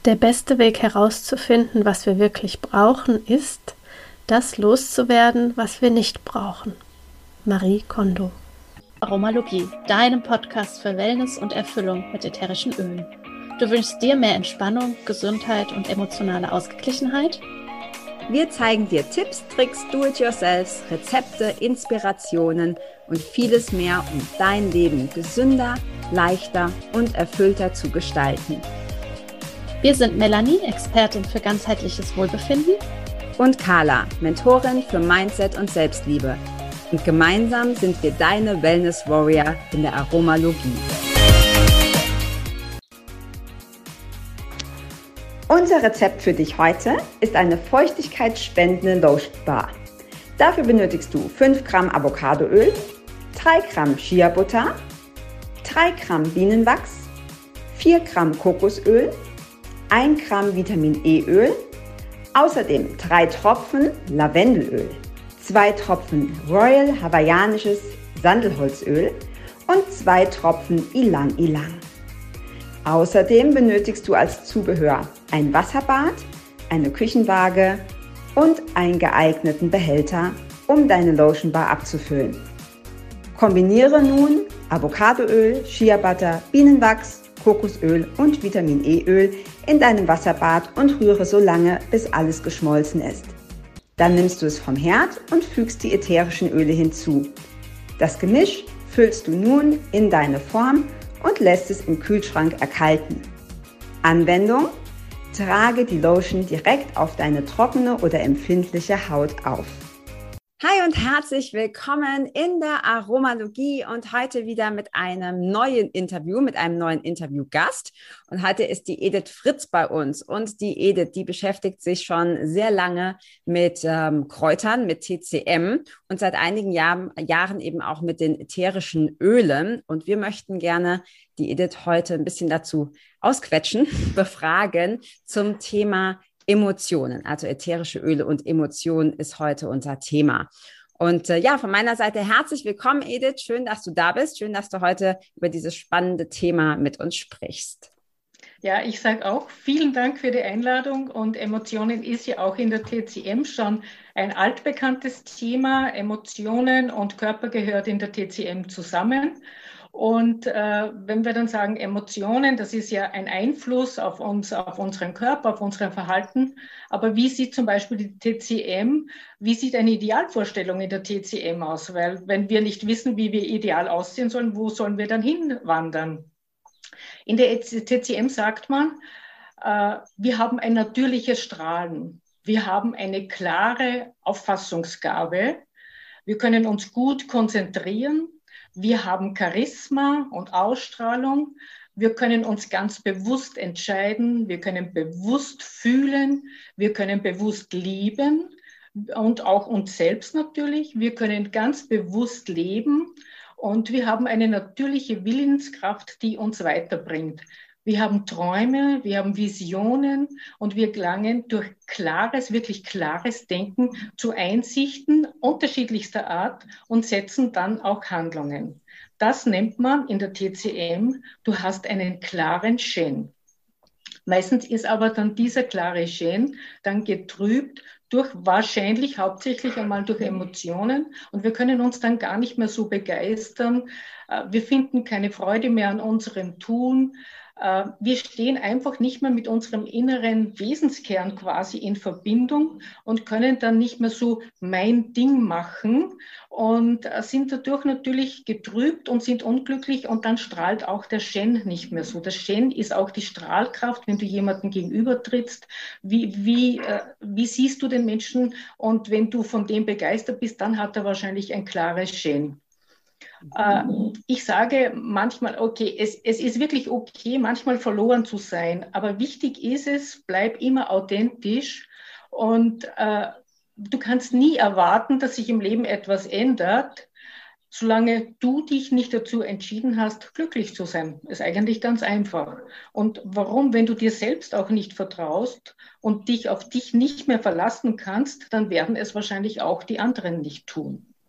Der beste Weg herauszufinden, was wir wirklich brauchen, ist, das loszuwerden, was wir nicht brauchen. Marie Kondo. Aromalogie, deinem Podcast für Wellness und Erfüllung mit ätherischen Ölen. Du wünschst dir mehr Entspannung, Gesundheit und emotionale Ausgeglichenheit? Wir zeigen dir Tipps, Tricks, Do-it-yourselfs, Rezepte, Inspirationen und vieles mehr, um dein Leben gesünder, leichter und erfüllter zu gestalten. Wir sind Melanie, Expertin für ganzheitliches Wohlbefinden, und Carla, Mentorin für Mindset und Selbstliebe. Und gemeinsam sind wir deine Wellness Warrior in der Aromalogie. Unser Rezept für dich heute ist eine feuchtigkeitsspendende Lotion Bar. Dafür benötigst du 5 Gramm Avocadoöl, 3 Gramm Shea-Butter, 3 Gramm Bienenwachs, 4 Gramm Kokosöl, 1 Gramm Vitamin E-Öl, außerdem 3 Tropfen Lavendelöl, 2 Tropfen Royal Hawaiianisches Sandelholzöl und 2 Tropfen Ylang Ylang. Außerdem benötigst du als Zubehör ein Wasserbad, eine Küchenwaage und einen geeigneten Behälter, um deine Lotion Bar abzufüllen. Kombiniere nun Avocadoöl, Shea Butter, Bienenwachs, Kokosöl und Vitamin E-Öl in deinem Wasserbad und rühre so lange, bis alles geschmolzen ist. Dann nimmst du es vom Herd und fügst die ätherischen Öle hinzu. Das Gemisch füllst du nun in deine Form und lässt es im Kühlschrank erkalten. Anwendung: Trage die Lotion direkt auf deine trockene oder empfindliche Haut auf. Hi und herzlich willkommen in der Aromalogie und heute wieder mit einem neuen Interview, mit einem neuen Interviewgast. Und heute ist die Edith Fritz bei uns. Und die Edith, die beschäftigt sich schon sehr lange mit Kräutern, mit TCM und seit einigen Jahren eben auch mit den ätherischen Ölen. Und wir möchten gerne die Edith heute ein bisschen dazu ausquetschen, befragen zum Thema Emotionen, also ätherische Öle und Emotionen ist heute unser Thema. Und von meiner Seite herzlich willkommen, Edith. Schön, dass du da bist. Schön, dass du heute über dieses spannende Thema mit uns sprichst. Ja, ich sage auch vielen Dank für die Einladung. Und Emotionen ist ja auch in der TCM schon ein altbekanntes Thema. Emotionen und Körper gehört in der TCM zusammen. Und wenn wir dann sagen Emotionen, das ist ja ein Einfluss auf uns, auf unseren Körper, auf unser Verhalten. Aber wie sieht zum Beispiel die TCM, wie sieht eine Idealvorstellung in der TCM aus? Weil wenn wir nicht wissen, wie wir ideal aussehen sollen, wo sollen wir dann hinwandern? In der TCM sagt man, wir haben ein natürliches Strahlen. Wir haben eine klare Auffassungsgabe. Wir können uns gut konzentrieren. Wir haben Charisma und Ausstrahlung. Wir können uns ganz bewusst entscheiden. Wir können bewusst fühlen. Wir können bewusst lieben und auch uns selbst natürlich. Wir können ganz bewusst leben und wir haben eine natürliche Willenskraft, die uns weiterbringt. Wir haben Träume, wir haben Visionen und wir gelangen durch wirklich klares Denken zu Einsichten unterschiedlichster Art und setzen dann auch Handlungen. Das nennt man in der TCM, du hast einen klaren Shen. Meistens ist aber dann dieser klare Shen dann getrübt durch wahrscheinlich hauptsächlich einmal durch Emotionen und wir können uns dann gar nicht mehr so begeistern. Wir finden keine Freude mehr an unserem Tun. Wir stehen einfach nicht mehr mit unserem inneren Wesenskern quasi in Verbindung und können dann nicht mehr so mein Ding machen und sind dadurch natürlich getrübt und sind unglücklich und dann strahlt auch der Shen nicht mehr so. Das Shen ist auch die Strahlkraft, wenn du jemandem gegenüber trittst. Wie siehst du den Menschen und wenn du von dem begeistert bist, dann hat er wahrscheinlich ein klares Shen. Ich sage manchmal, okay, es ist wirklich okay, manchmal verloren zu sein, aber wichtig ist es, bleib immer authentisch und du kannst nie erwarten, dass sich im Leben etwas ändert, solange du dich nicht dazu entschieden hast, glücklich zu sein. Ist eigentlich ganz einfach. Und warum, wenn du dir selbst auch nicht vertraust und dich auf dich nicht mehr verlassen kannst, dann werden es wahrscheinlich auch die anderen nicht tun.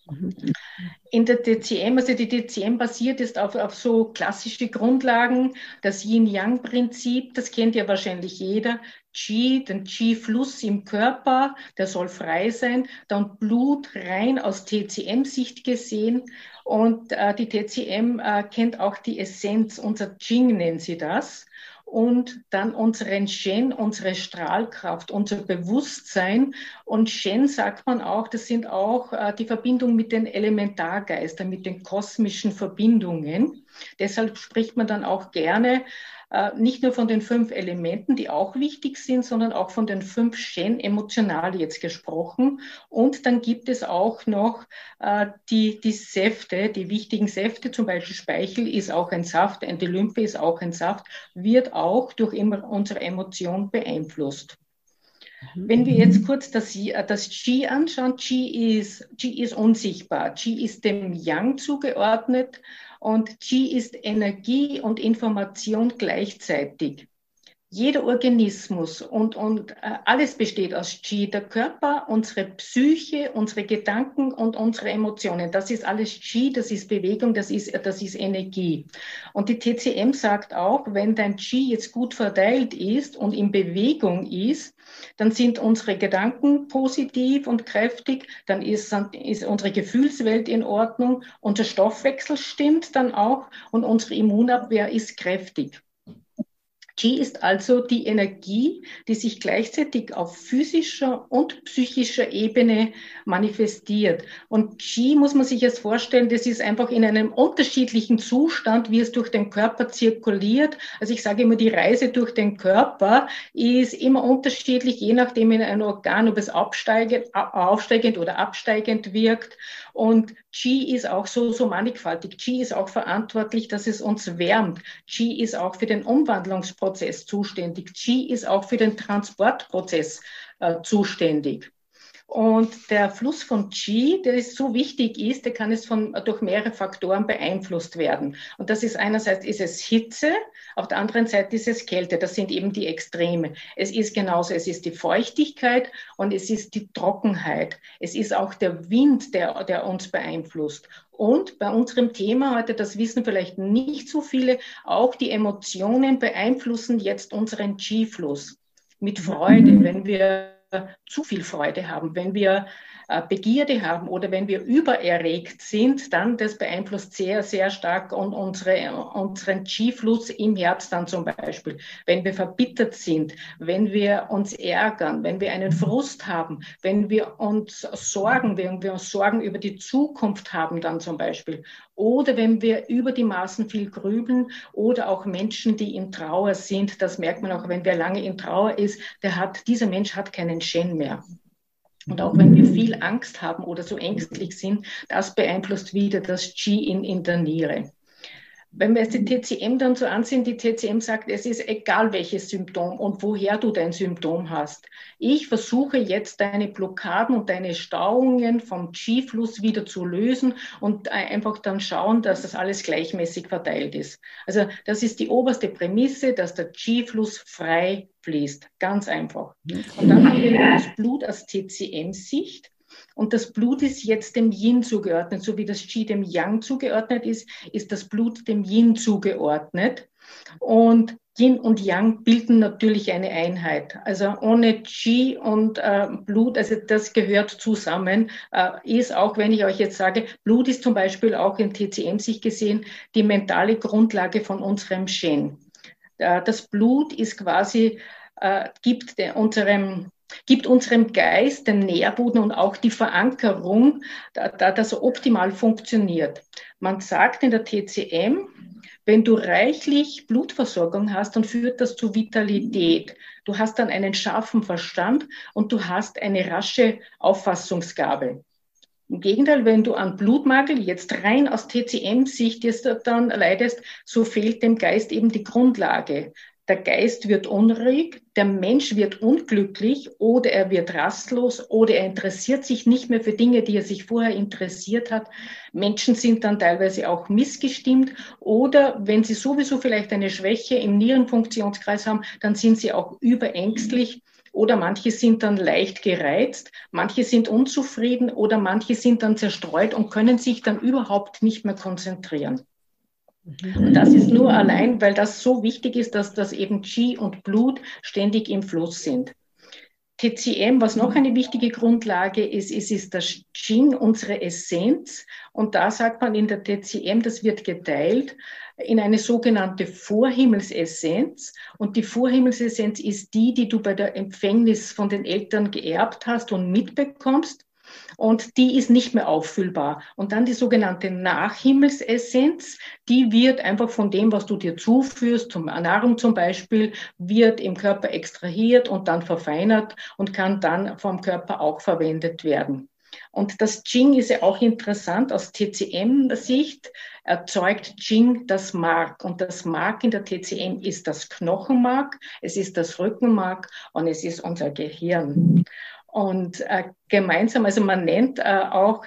In der TCM, also die TCM basiert ist auf so klassische Grundlagen, das Yin-Yang-Prinzip, das kennt ja wahrscheinlich jeder. Qi, den Qi-Fluss im Körper, der soll frei sein. Dann Blut rein aus TCM-Sicht gesehen. Und die TCM kennt auch die Essenz, unser Qing nennen sie das. Und dann unseren Shen, unsere Strahlkraft, unser Bewusstsein. Und Shen sagt man auch, das sind auch die Verbindung mit den Elementargeistern, mit den kosmischen Verbindungen. Deshalb spricht man dann auch gerne nicht nur von den 5 Elementen, die auch wichtig sind, sondern auch von den 5 Shen, emotional jetzt gesprochen. Und dann gibt es auch noch die Säfte, die wichtigen Säfte, zum Beispiel Speichel ist auch ein Saft, die Lymphe ist auch ein Saft, wird auch durch unsere Emotion beeinflusst. Wenn wir jetzt kurz das Qi anschauen, Qi ist unsichtbar. Qi ist dem Yang zugeordnet und Qi ist Energie und Information gleichzeitig. Jeder Organismus und alles besteht aus Qi. Der Körper, unsere Psyche, unsere Gedanken und unsere Emotionen. Das ist alles Qi, das ist Bewegung, das ist Energie. Und die TCM sagt auch, wenn dein Qi jetzt gut verteilt ist und in Bewegung ist, dann sind unsere Gedanken positiv und kräftig, dann ist unsere Gefühlswelt in Ordnung, unser Stoffwechsel stimmt dann auch und unsere Immunabwehr ist kräftig. Qi ist also die Energie, die sich gleichzeitig auf physischer und psychischer Ebene manifestiert. Und Qi muss man sich jetzt vorstellen, das ist einfach in einem unterschiedlichen Zustand, wie es durch den Körper zirkuliert. Also ich sage immer, die Reise durch den Körper ist immer unterschiedlich, je nachdem in einem Organ, ob es aufsteigend oder absteigend wirkt. Und Qi ist auch so mannigfaltig. Qi ist auch verantwortlich, dass es uns wärmt. Qi ist auch für den Umwandlungsprozess zuständig. Qi ist auch für den Transportprozess zuständig. Und der Fluss von Qi, der so wichtig ist, der kann es durch mehrere Faktoren beeinflusst werden. Und das ist einerseits ist es Hitze, auf der anderen Seite ist es Kälte. Das sind eben die Extreme. Es ist die Feuchtigkeit und es ist die Trockenheit. Es ist auch der Wind, der uns beeinflusst. Und bei unserem Thema heute, das wissen vielleicht nicht so viele, auch die Emotionen beeinflussen jetzt unseren Qi-Fluss. Mit Freude, wenn wir zu viel Freude haben, wenn wir Begierde haben oder wenn wir übererregt sind, dann das beeinflusst sehr, sehr stark unseren Qi-Fluss im Herz dann zum Beispiel. Wenn wir verbittert sind, wenn wir uns ärgern, wenn wir einen Frust haben, wenn wir uns Sorgen über die Zukunft haben dann zum Beispiel. Oder wenn wir über die Maßen viel grübeln oder auch Menschen, die in Trauer sind, das merkt man auch, wenn wer lange in Trauer ist, dieser Mensch hat keinen Shen mehr. Und auch wenn wir viel Angst haben oder so ängstlich sind, das beeinflusst wieder das Qi in der Niere. Wenn wir jetzt die TCM dann so ansehen, die TCM sagt, es ist egal welches Symptom und woher du dein Symptom hast. Ich versuche jetzt deine Blockaden und deine Stauungen vom Qi-Fluss wieder zu lösen und einfach dann schauen, dass das alles gleichmäßig verteilt ist. Also das ist die oberste Prämisse, dass der Qi-Fluss frei fließt. Ganz einfach. Und dann haben wir das Blut aus TCM-Sicht. Und das Blut ist jetzt dem Yin zugeordnet, so wie das Qi dem Yang zugeordnet ist, ist das Blut dem Yin zugeordnet. Und Yin und Yang bilden natürlich eine Einheit. Also ohne Qi und Blut, also das gehört zusammen, ist auch, wenn ich euch jetzt sage, Blut ist zum Beispiel auch in TCM-Sicht gesehen die mentale Grundlage von unserem Shen. Das Blut ist quasi, gibt unserem Geist den Nährboden und auch die Verankerung, da das optimal funktioniert. Man sagt in der TCM, wenn du reichlich Blutversorgung hast, dann führt das zu Vitalität. Du hast dann einen scharfen Verstand und du hast eine rasche Auffassungsgabe. Im Gegenteil, wenn du an Blutmangel jetzt rein aus TCM-Sicht jetzt dann leidest, so fehlt dem Geist eben die Grundlage. Der Geist wird unruhig, der Mensch wird unglücklich oder er wird rastlos oder er interessiert sich nicht mehr für Dinge, die er sich vorher interessiert hat. Menschen sind dann teilweise auch missgestimmt oder wenn sie sowieso vielleicht eine Schwäche im Nierenfunktionskreis haben, dann sind sie auch überängstlich oder manche sind dann leicht gereizt, manche sind unzufrieden oder manche sind dann zerstreut und können sich dann überhaupt nicht mehr konzentrieren. Und das ist nur allein, weil das so wichtig ist, dass das eben Qi und Blut ständig im Fluss sind. TCM, was noch eine wichtige Grundlage ist, ist das Qing, unsere Essenz. Und da sagt man in der TCM, das wird geteilt in eine sogenannte Vorhimmelsessenz. Und die Vorhimmelsessenz ist die, die du bei der Empfängnis von den Eltern geerbt hast und mitbekommst. Und die ist nicht mehr auffüllbar. Und dann die sogenannte Nachhimmelsessenz, die wird einfach von dem, was du dir zuführst, Nahrung zum Beispiel, wird im Körper extrahiert und dann verfeinert und kann dann vom Körper auch verwendet werden. Und das Qing ist ja auch interessant aus TCM-Sicht, erzeugt Qing das Mark. Und das Mark in der TCM ist das Knochenmark, es ist das Rückenmark und es ist unser Gehirn. Und gemeinsam, also man nennt auch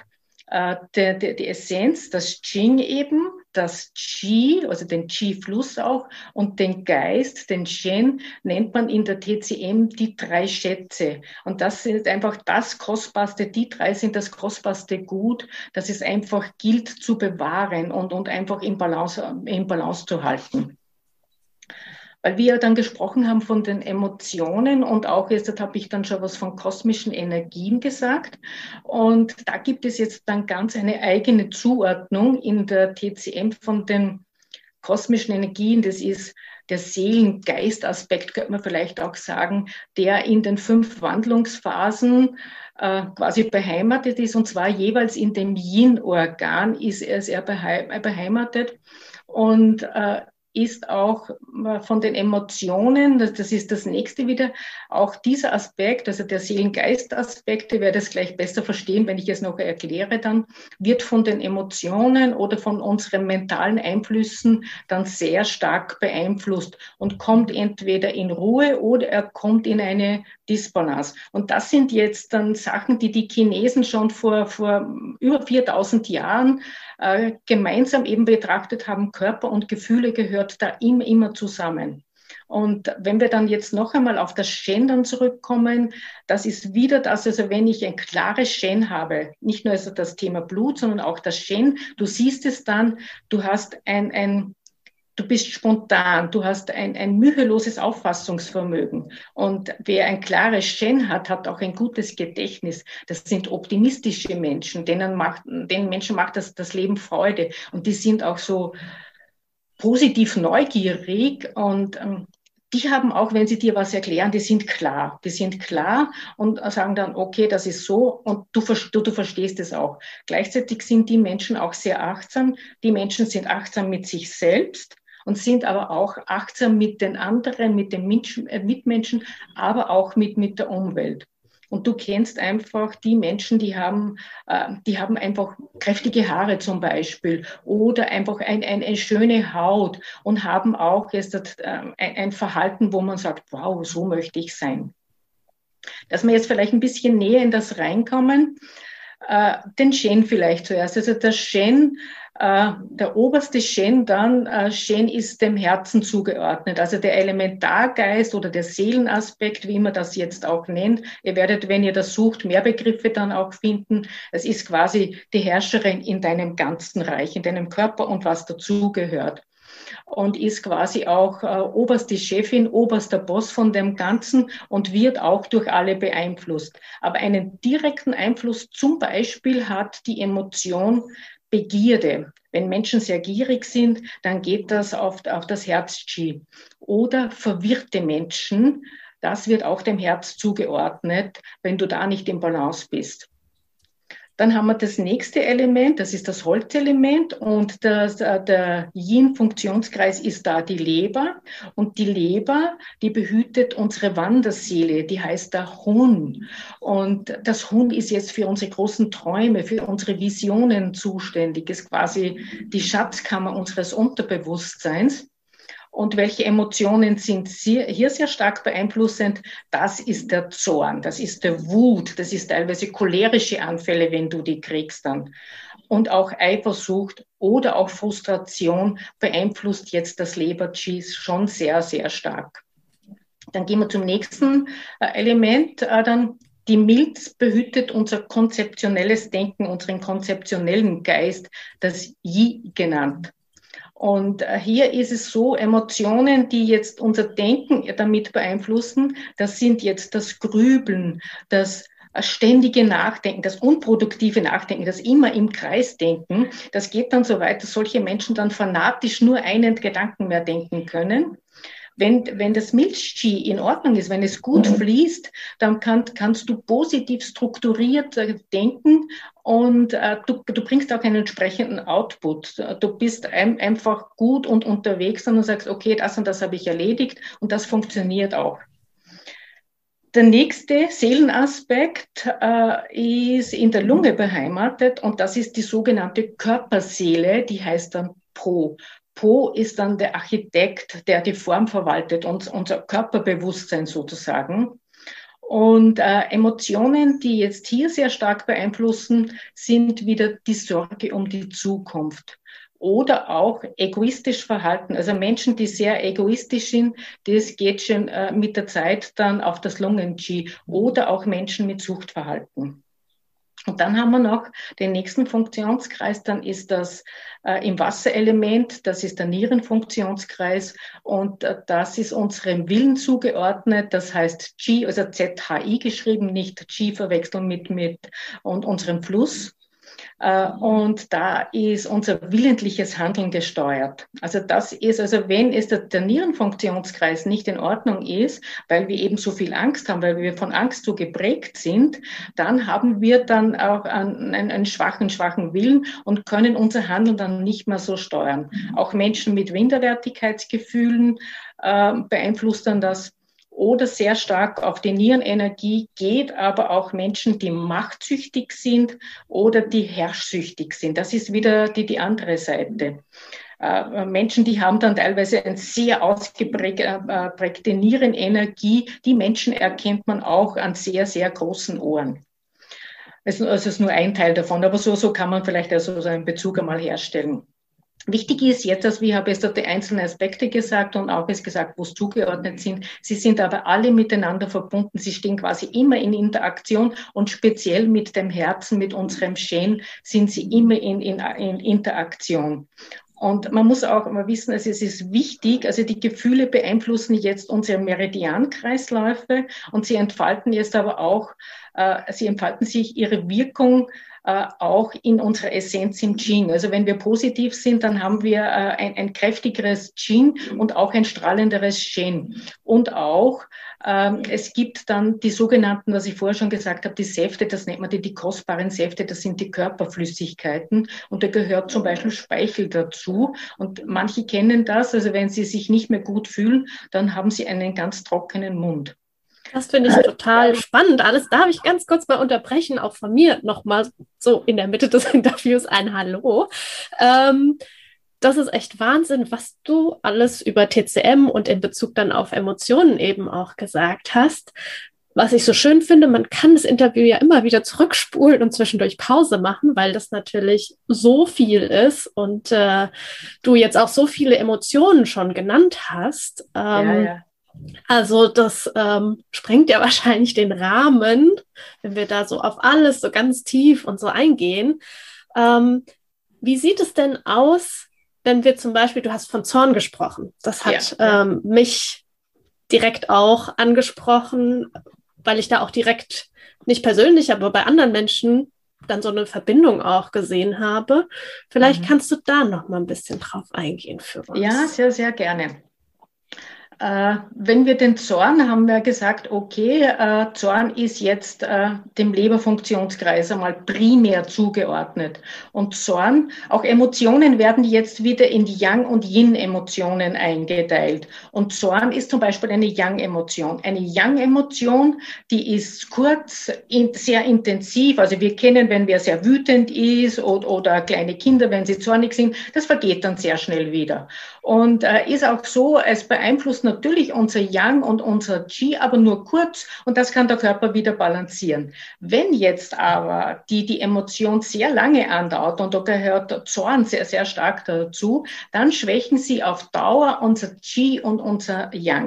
die Essenz, das Qing eben, das Qi, also den Qi-Fluss auch, und den Geist, den Shen, nennt man in der TCM die 3 Schätze. Und das ist einfach das Kostbarste, die 3 sind das kostbarste Gut, das es einfach gilt zu bewahren und einfach in Balance zu halten. Weil wir dann gesprochen haben von den Emotionen und auch jetzt habe ich dann schon was von kosmischen Energien gesagt. Und da gibt es jetzt dann ganz eine eigene Zuordnung in der TCM von den kosmischen Energien. Das ist der Seelen-Geist-Aspekt, könnte man vielleicht auch sagen, der in den 5 Wandlungsphasen quasi beheimatet ist. Und zwar jeweils in dem Yin-Organ ist er beheimatet. Und ist auch von den Emotionen, das ist das nächste wieder, auch dieser Aspekt, also der Seelen-Geist-Aspekt, ihr werdet es gleich besser verstehen, wenn ich es noch erkläre dann, wird von den Emotionen oder von unseren mentalen Einflüssen dann sehr stark beeinflusst und kommt entweder in Ruhe oder er kommt in eine Disbalance. Und das sind jetzt dann Sachen, die die Chinesen schon vor über 4000 Jahren gemeinsam eben betrachtet haben. Körper und Gefühle gehört da immer zusammen. Und wenn wir dann jetzt noch einmal auf das Shen dann zurückkommen, das ist wieder das, also wenn ich ein klares Shen habe, nicht nur also das Thema Blut, sondern auch das Shen, du siehst es dann, du hast du bist spontan, du hast ein müheloses Auffassungsvermögen. Und wer ein klares Shen hat, hat auch ein gutes Gedächtnis. Das sind optimistische Menschen, den Menschen macht das Leben Freude. Und die sind auch so positiv neugierig und die haben auch, wenn sie dir was erklären, die sind klar und sagen dann, okay, das ist so und du verstehst es auch. Gleichzeitig sind die Menschen auch sehr achtsam. Die Menschen sind achtsam mit sich selbst und sind aber auch achtsam mit den anderen, mit den Mitmenschen, aber auch mit der Umwelt. Und du kennst einfach die Menschen, die haben einfach kräftige Haare zum Beispiel oder einfach eine schöne Haut und haben auch jetzt ein Verhalten, wo man sagt, wow, so möchte ich sein. Dass wir jetzt vielleicht ein bisschen näher in das reinkommen, den Shen vielleicht zuerst. Also der Shen, der oberste Shen dann, Shen ist dem Herzen zugeordnet, also der Elementargeist oder der Seelenaspekt, wie man das jetzt auch nennt. Ihr werdet, wenn ihr das sucht, mehr Begriffe dann auch finden. Es ist quasi die Herrscherin in deinem ganzen Reich, in deinem Körper und was dazugehört. Und ist quasi auch oberste Chefin, oberster Boss von dem Ganzen und wird auch durch alle beeinflusst. Aber einen direkten Einfluss zum Beispiel hat die Emotion Begierde. Wenn Menschen sehr gierig sind, dann geht das auf das Herz-Qi. Oder verwirrte Menschen, das wird auch dem Herz zugeordnet, wenn du da nicht im Balance bist. Dann haben wir das nächste Element, das ist das Holzelement und der Yin-Funktionskreis ist da die Leber und die Leber, die behütet unsere Wanderseele, die heißt der Hun und das Hun ist jetzt für unsere großen Träume, für unsere Visionen zuständig, ist quasi die Schatzkammer unseres Unterbewusstseins. Und welche Emotionen sind hier sehr stark beeinflussend? Das ist der Zorn, das ist der Wut, das ist teilweise cholerische Anfälle, wenn du die kriegst dann. Und auch Eifersucht oder auch Frustration beeinflusst jetzt das Leber-Qi schon sehr, sehr stark. Dann gehen wir zum nächsten Element. Dann die Milz behütet unser konzeptionelles Denken, unseren konzeptionellen Geist, das Yi genannt. Und hier ist es so, Emotionen, die jetzt unser Denken damit beeinflussen, das sind jetzt das Grübeln, das ständige Nachdenken, das unproduktive Nachdenken, das immer im Kreis denken. Das geht dann so weit, dass solche Menschen dann fanatisch nur einen Gedanken mehr denken können. Wenn das Milz-Qi in Ordnung ist, wenn es gut fließt, dann kannst du positiv strukturiert denken und du bringst auch einen entsprechenden Output. Du bist einfach gut und unterwegs und du sagst, okay, das und das habe ich erledigt und das funktioniert auch. Der nächste Seelenaspekt ist in der Lunge beheimatet und das ist die sogenannte Körperseele, die heißt dann Po. Po ist dann der Architekt, der die Form verwaltet, unser Körperbewusstsein sozusagen. Und Emotionen, die jetzt hier sehr stark beeinflussen, sind wieder die Sorge um die Zukunft. Oder auch egoistisch verhalten. Also Menschen, die sehr egoistisch sind, das geht schon mit der Zeit dann auf das Lungen-Qi. Oder auch Menschen mit Suchtverhalten. Und dann haben wir noch den nächsten Funktionskreis, dann ist das im Wasserelement, das ist der Nierenfunktionskreis und das ist unserem Willen zugeordnet, das heißt Qi, also Z-H-I geschrieben, nicht Qi verwechseln mit und unserem Fluss. Und da ist unser willentliches Handeln gesteuert. Also das ist, also wenn es der Nierenfunktionskreis nicht in Ordnung ist, weil wir eben so viel Angst haben, weil wir von Angst so geprägt sind, dann haben wir dann auch einen schwachen Willen und können unser Handeln dann nicht mehr so steuern. Auch Menschen mit Minderwertigkeitsgefühlen beeinflusst dann das. Oder sehr stark auf die Nierenenergie geht, aber auch Menschen, die machtsüchtig sind oder die herrschsüchtig sind. Das ist wieder die andere Seite. Menschen, die haben dann teilweise eine sehr ausgeprägte Nierenenergie. Die Menschen erkennt man auch an sehr, sehr großen Ohren. Es ist nur ein Teil davon, aber so kann man vielleicht also so einen Bezug einmal herstellen. Wichtig ist jetzt, dass ich habe jetzt die einzelnen Aspekte gesagt und auch es gesagt, wo es zugeordnet sind. Sie sind aber alle miteinander verbunden. Sie stehen quasi immer in Interaktion und speziell mit dem Herzen, mit unserem Shen sind sie immer in Interaktion. Und man muss auch mal wissen, also es ist wichtig, also die Gefühle beeinflussen jetzt unsere Meridiankreisläufe und sie entfalten jetzt aber auch, sie entfalten sich ihre Wirkung auch in unserer Essenz im Qin. Also wenn wir positiv sind, dann haben wir ein kräftigeres Qin und auch ein strahlenderes Shen. Und auch es gibt dann die sogenannten, was ich vorher schon gesagt habe, die Säfte, das nennt man die kostbaren Säfte, das sind die Körperflüssigkeiten und da gehört zum Beispiel Speichel dazu und manche kennen das, also wenn sie sich nicht mehr gut fühlen, dann haben sie einen ganz trockenen Mund. Das finde ich total spannend. Alles darf ich ganz kurz mal unterbrechen, auch von mir nochmal so in der Mitte des Interviews ein Hallo. Das ist echt Wahnsinn, was du alles über TCM und in Bezug dann auf Emotionen eben auch gesagt hast. Was ich so schön finde, man kann das Interview ja immer wieder zurückspulen und zwischendurch Pause machen, weil das natürlich so viel ist und du jetzt auch so viele Emotionen schon genannt hast. Ja. Also das sprengt ja wahrscheinlich den Rahmen, wenn wir da so auf alles so ganz tief und so eingehen. Wie sieht es denn aus, wenn wir zum Beispiel, du hast von Zorn gesprochen, das hat mich direkt auch angesprochen, weil ich da auch direkt, nicht persönlich, aber bei anderen Menschen dann so eine Verbindung auch gesehen habe. Vielleicht kannst du da noch mal ein bisschen drauf eingehen für uns. Ja, sehr, sehr gerne. Wenn wir den Zorn, haben wir gesagt, okay, Zorn ist jetzt dem Leberfunktionskreis einmal primär zugeordnet. Und Zorn, auch Emotionen werden jetzt wieder in die Yang- und Yin-Emotionen eingeteilt. Und Zorn ist zum Beispiel eine Yang-Emotion. Eine Yang-Emotion, die ist kurz, sehr intensiv. Also wir kennen, wenn wer sehr wütend ist oder kleine Kinder, wenn sie zornig sind, das vergeht dann sehr schnell wieder. Und ist auch so, es beeinflusst natürlich unser Yang und unser Qi, aber nur kurz und das kann der Körper wieder balancieren. Wenn jetzt aber die Emotion sehr lange andauert und da gehört Zorn sehr, sehr stark dazu, dann schwächen sie auf Dauer unser Qi und unser Yang.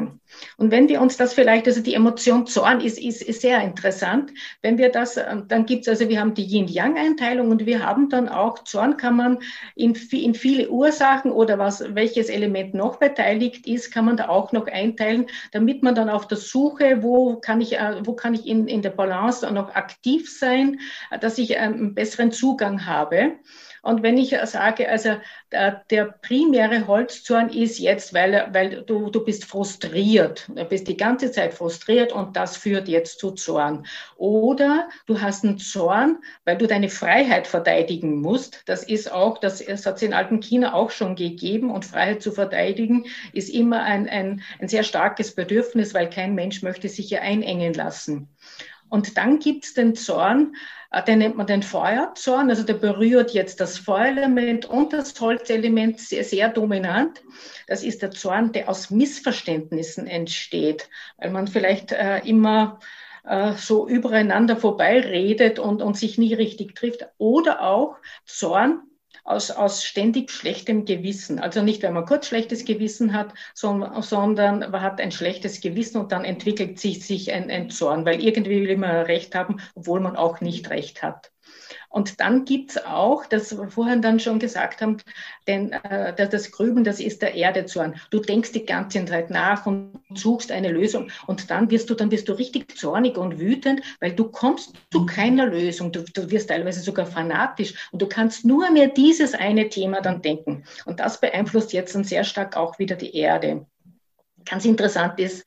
Und wenn wir uns das vielleicht, also die Emotion Zorn ist sehr interessant. Wenn wir das, dann gibt's also, wir haben die Yin-Yang-Einteilung und wir haben dann auch, Zorn kann man in viele Ursachen oder welches Element noch beteiligt ist, kann man da auch noch einteilen, damit man dann auf der Suche, wo kann ich in der Balance noch aktiv sein, dass ich einen besseren Zugang habe. Und wenn ich sage, also der primäre Holzzorn ist jetzt, weil du bist frustriert, du bist die ganze Zeit frustriert und das führt jetzt zu Zorn. Oder du hast einen Zorn, weil du deine Freiheit verteidigen musst. Das hat es in alten China auch schon gegeben und Freiheit zu verteidigen ist immer ein sehr starkes Bedürfnis, weil kein Mensch möchte sich ja einengen lassen. Und dann gibt's den Zorn, den nennt man den Feuerzorn, also der berührt jetzt das Feuerelement und das Holzelement sehr, sehr dominant. Das ist der Zorn, der aus Missverständnissen entsteht, weil man vielleicht immer so übereinander vorbeiredet und sich nie richtig trifft. Oder auch Zorn aus ständig schlechtem Gewissen. Also nicht, wenn man kurz schlechtes Gewissen hat, sondern man hat ein schlechtes Gewissen und dann entwickelt sich ein Zorn, weil irgendwie will man Recht haben, obwohl man auch nicht Recht hat. Und dann gibt's auch, das wir vorhin dann schon gesagt haben, denn das Grübeln, das ist der Erdezorn. Du denkst die ganze Zeit nach und suchst eine Lösung und dann wirst du richtig zornig und wütend, weil du kommst zu keiner Lösung. Du wirst teilweise sogar fanatisch und du kannst nur mehr dieses eine Thema dann denken. Und das beeinflusst jetzt dann sehr stark auch wieder die Erde. Ganz interessant ist,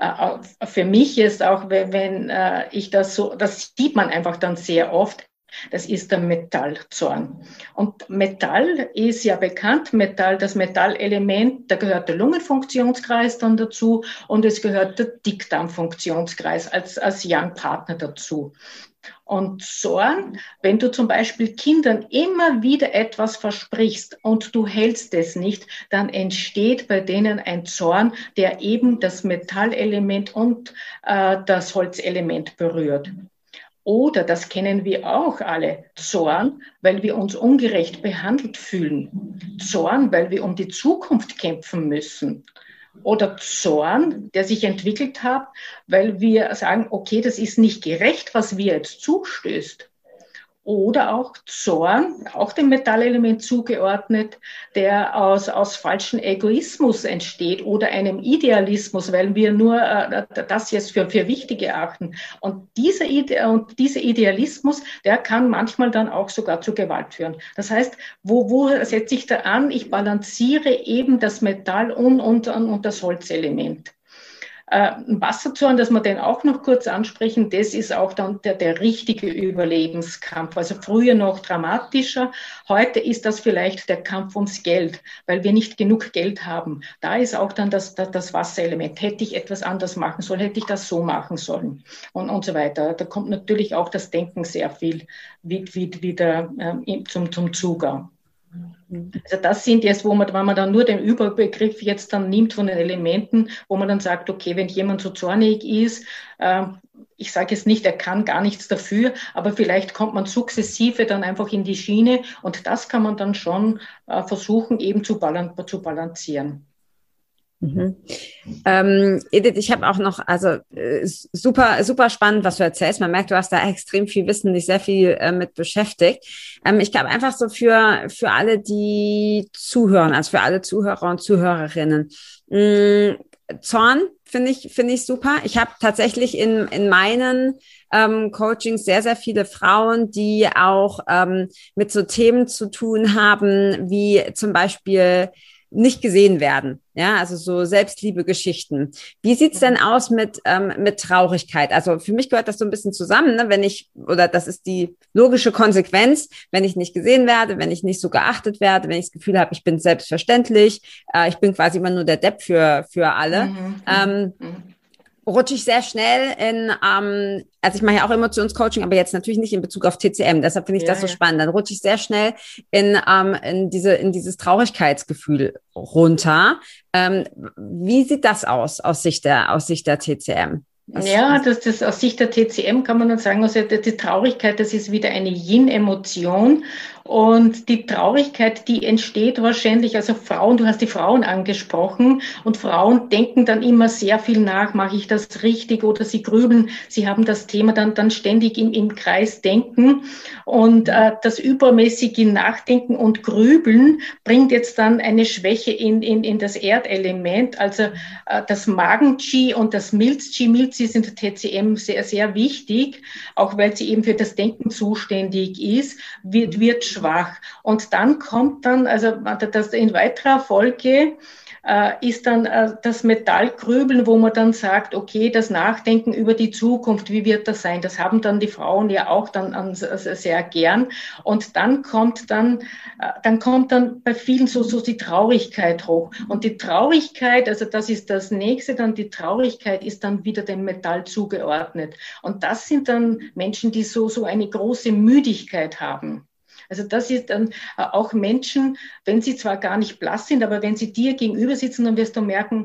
für mich ist auch, wenn ich das sieht man einfach dann sehr oft, das ist der Metallzorn. Und Metall ist ja bekannt, das Metallelement, da gehört der Lungenfunktionskreis dann dazu und es gehört der Dickdarmfunktionskreis als Yang-Partner dazu. Und Zorn, wenn du zum Beispiel Kindern immer wieder etwas versprichst und du hältst es nicht, dann entsteht bei denen ein Zorn, der eben das Metallelement und das Holzelement berührt. Oder, das kennen wir auch alle, Zorn, weil wir uns ungerecht behandelt fühlen. Zorn, weil wir um die Zukunft kämpfen müssen. Oder Zorn, der sich entwickelt hat, weil wir sagen, okay, das ist nicht gerecht, was mir jetzt zustößt. Oder auch Zorn, auch dem Metallelement zugeordnet, der aus falschem Egoismus entsteht oder einem Idealismus, weil wir nur das jetzt für wichtig erachten. Und dieser Idealismus, der kann manchmal dann auch sogar zu Gewalt führen. Das heißt, wo setze ich da an? Ich balanciere eben das Metall und das Holzelement. Ein Wasserzorn, dass wir den auch noch kurz ansprechen, das ist auch dann der richtige Überlebenskampf. Also früher noch dramatischer, heute ist das vielleicht der Kampf ums Geld, weil wir nicht genug Geld haben. Da ist auch dann das Wasserelement. Hätte ich etwas anders machen sollen, hätte ich das so machen sollen und so weiter. Da kommt natürlich auch das Denken sehr viel wieder zum Zugang. Also das sind jetzt, wenn man dann nur den Überbegriff jetzt dann nimmt von den Elementen, wo man dann sagt, okay, wenn jemand so zornig ist, ich sage jetzt nicht, er kann gar nichts dafür, aber vielleicht kommt man sukzessive dann einfach in die Schiene und das kann man dann schon versuchen eben zu balancieren. Mhm. Edith, ich habe auch noch, super, super spannend, was du erzählst. Man merkt, du hast da extrem viel Wissen, dich sehr viel mit beschäftigt. Ich glaube einfach so für alle, die zuhören, also für alle Zuhörer und Zuhörerinnen. Zorn finde ich super. Ich habe tatsächlich in meinen Coachings sehr, sehr viele Frauen, die auch mit so Themen zu tun haben, wie zum Beispiel nicht gesehen werden, ja, also so Selbstliebe-Geschichten. Wie sieht's denn aus mit Traurigkeit? Also für mich gehört das so ein bisschen zusammen, ne? Das ist die logische Konsequenz, wenn ich nicht gesehen werde, wenn ich nicht so geachtet werde, wenn ich das Gefühl habe, ich bin selbstverständlich, ich bin quasi immer nur der Depp für alle. Rutsche ich sehr schnell also ich mache ja auch Emotionscoaching, aber jetzt natürlich nicht in Bezug auf TCM, deshalb finde ich das so spannend. Dann rutsche ich sehr schnell in dieses Traurigkeitsgefühl runter. Wie sieht das aus Sicht der TCM? Das aus Sicht der TCM kann man dann sagen, also die Traurigkeit, das ist wieder eine Yin-Emotion Und die Traurigkeit, die entsteht wahrscheinlich, also Frauen, du hast die Frauen angesprochen, und Frauen denken dann immer sehr viel nach, mache ich das richtig, oder sie grübeln, sie haben das Thema dann ständig im Kreis denken, und das übermäßige Nachdenken und Grübeln bringt jetzt dann eine Schwäche in das Erdelement, also das Magen-Qi und das Milz-Qi. Milz-Qi ist in der TCM sehr, sehr wichtig, auch weil sie eben für das Denken zuständig ist, wird schwach. Und dann kommt dann, also das in weiterer Folge ist dann das Metallgrübeln, wo man dann sagt, okay, das Nachdenken über die Zukunft, wie wird das sein? Das haben dann die Frauen ja auch dann sehr gern. Und dann kommt dann bei vielen so die Traurigkeit hoch. Und die Traurigkeit, also das ist das Nächste, dann die Traurigkeit ist dann wieder dem Metall zugeordnet. Und das sind dann Menschen, die so eine große Müdigkeit haben. Also das ist dann auch Menschen, wenn sie zwar gar nicht blass sind, aber wenn sie dir gegenüber sitzen, dann wirst du merken,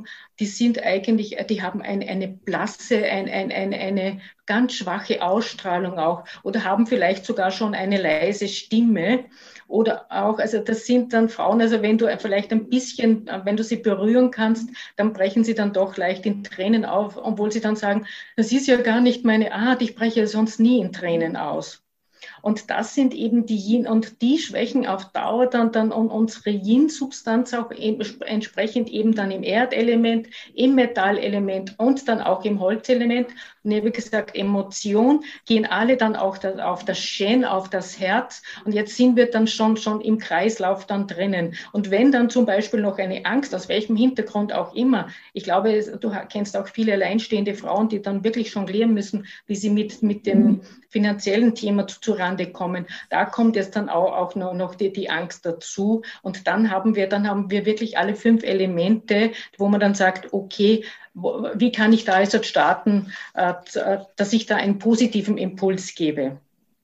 die haben eine blasse, eine ganz schwache Ausstrahlung auch, oder haben vielleicht sogar schon eine leise Stimme. Oder auch, also das sind dann Frauen, also wenn du vielleicht ein bisschen, wenn du sie berühren kannst, dann brechen sie dann doch leicht in Tränen auf, obwohl sie dann sagen, das ist ja gar nicht meine Art, ich breche ja sonst nie in Tränen aus. Und das sind eben die Yin, und die schwächen auf Dauer dann unsere Yin-Substanz auch entsprechend eben dann im Erdelement, im Metallelement und dann auch im Holzelement. Und wie gesagt, Emotion gehen alle dann auch auf das Shen, auf das Herz. Und jetzt sind wir dann schon im Kreislauf dann drinnen. Und wenn dann zum Beispiel noch eine Angst, aus welchem Hintergrund auch immer, ich glaube, du kennst auch viele alleinstehende Frauen, die dann wirklich jonglieren müssen, wie sie mit dem finanziellen Thema zu Rande kommen. Da kommt jetzt dann auch noch die Angst dazu. Und dann haben wir wirklich alle 5 Elemente, wo man dann sagt, okay, wie kann ich da jetzt starten, dass ich da einen positiven Impuls gebe?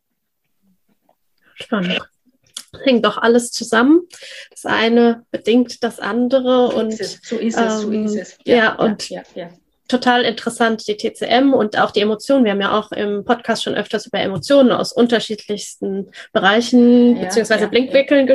Spannend. Hängt doch alles zusammen. Das eine bedingt das andere. So ist es. Ja. Total interessant, die TCM und auch die Emotionen. Wir haben ja auch im Podcast schon öfters über Emotionen aus unterschiedlichsten Bereichen beziehungsweise Blickwinkeln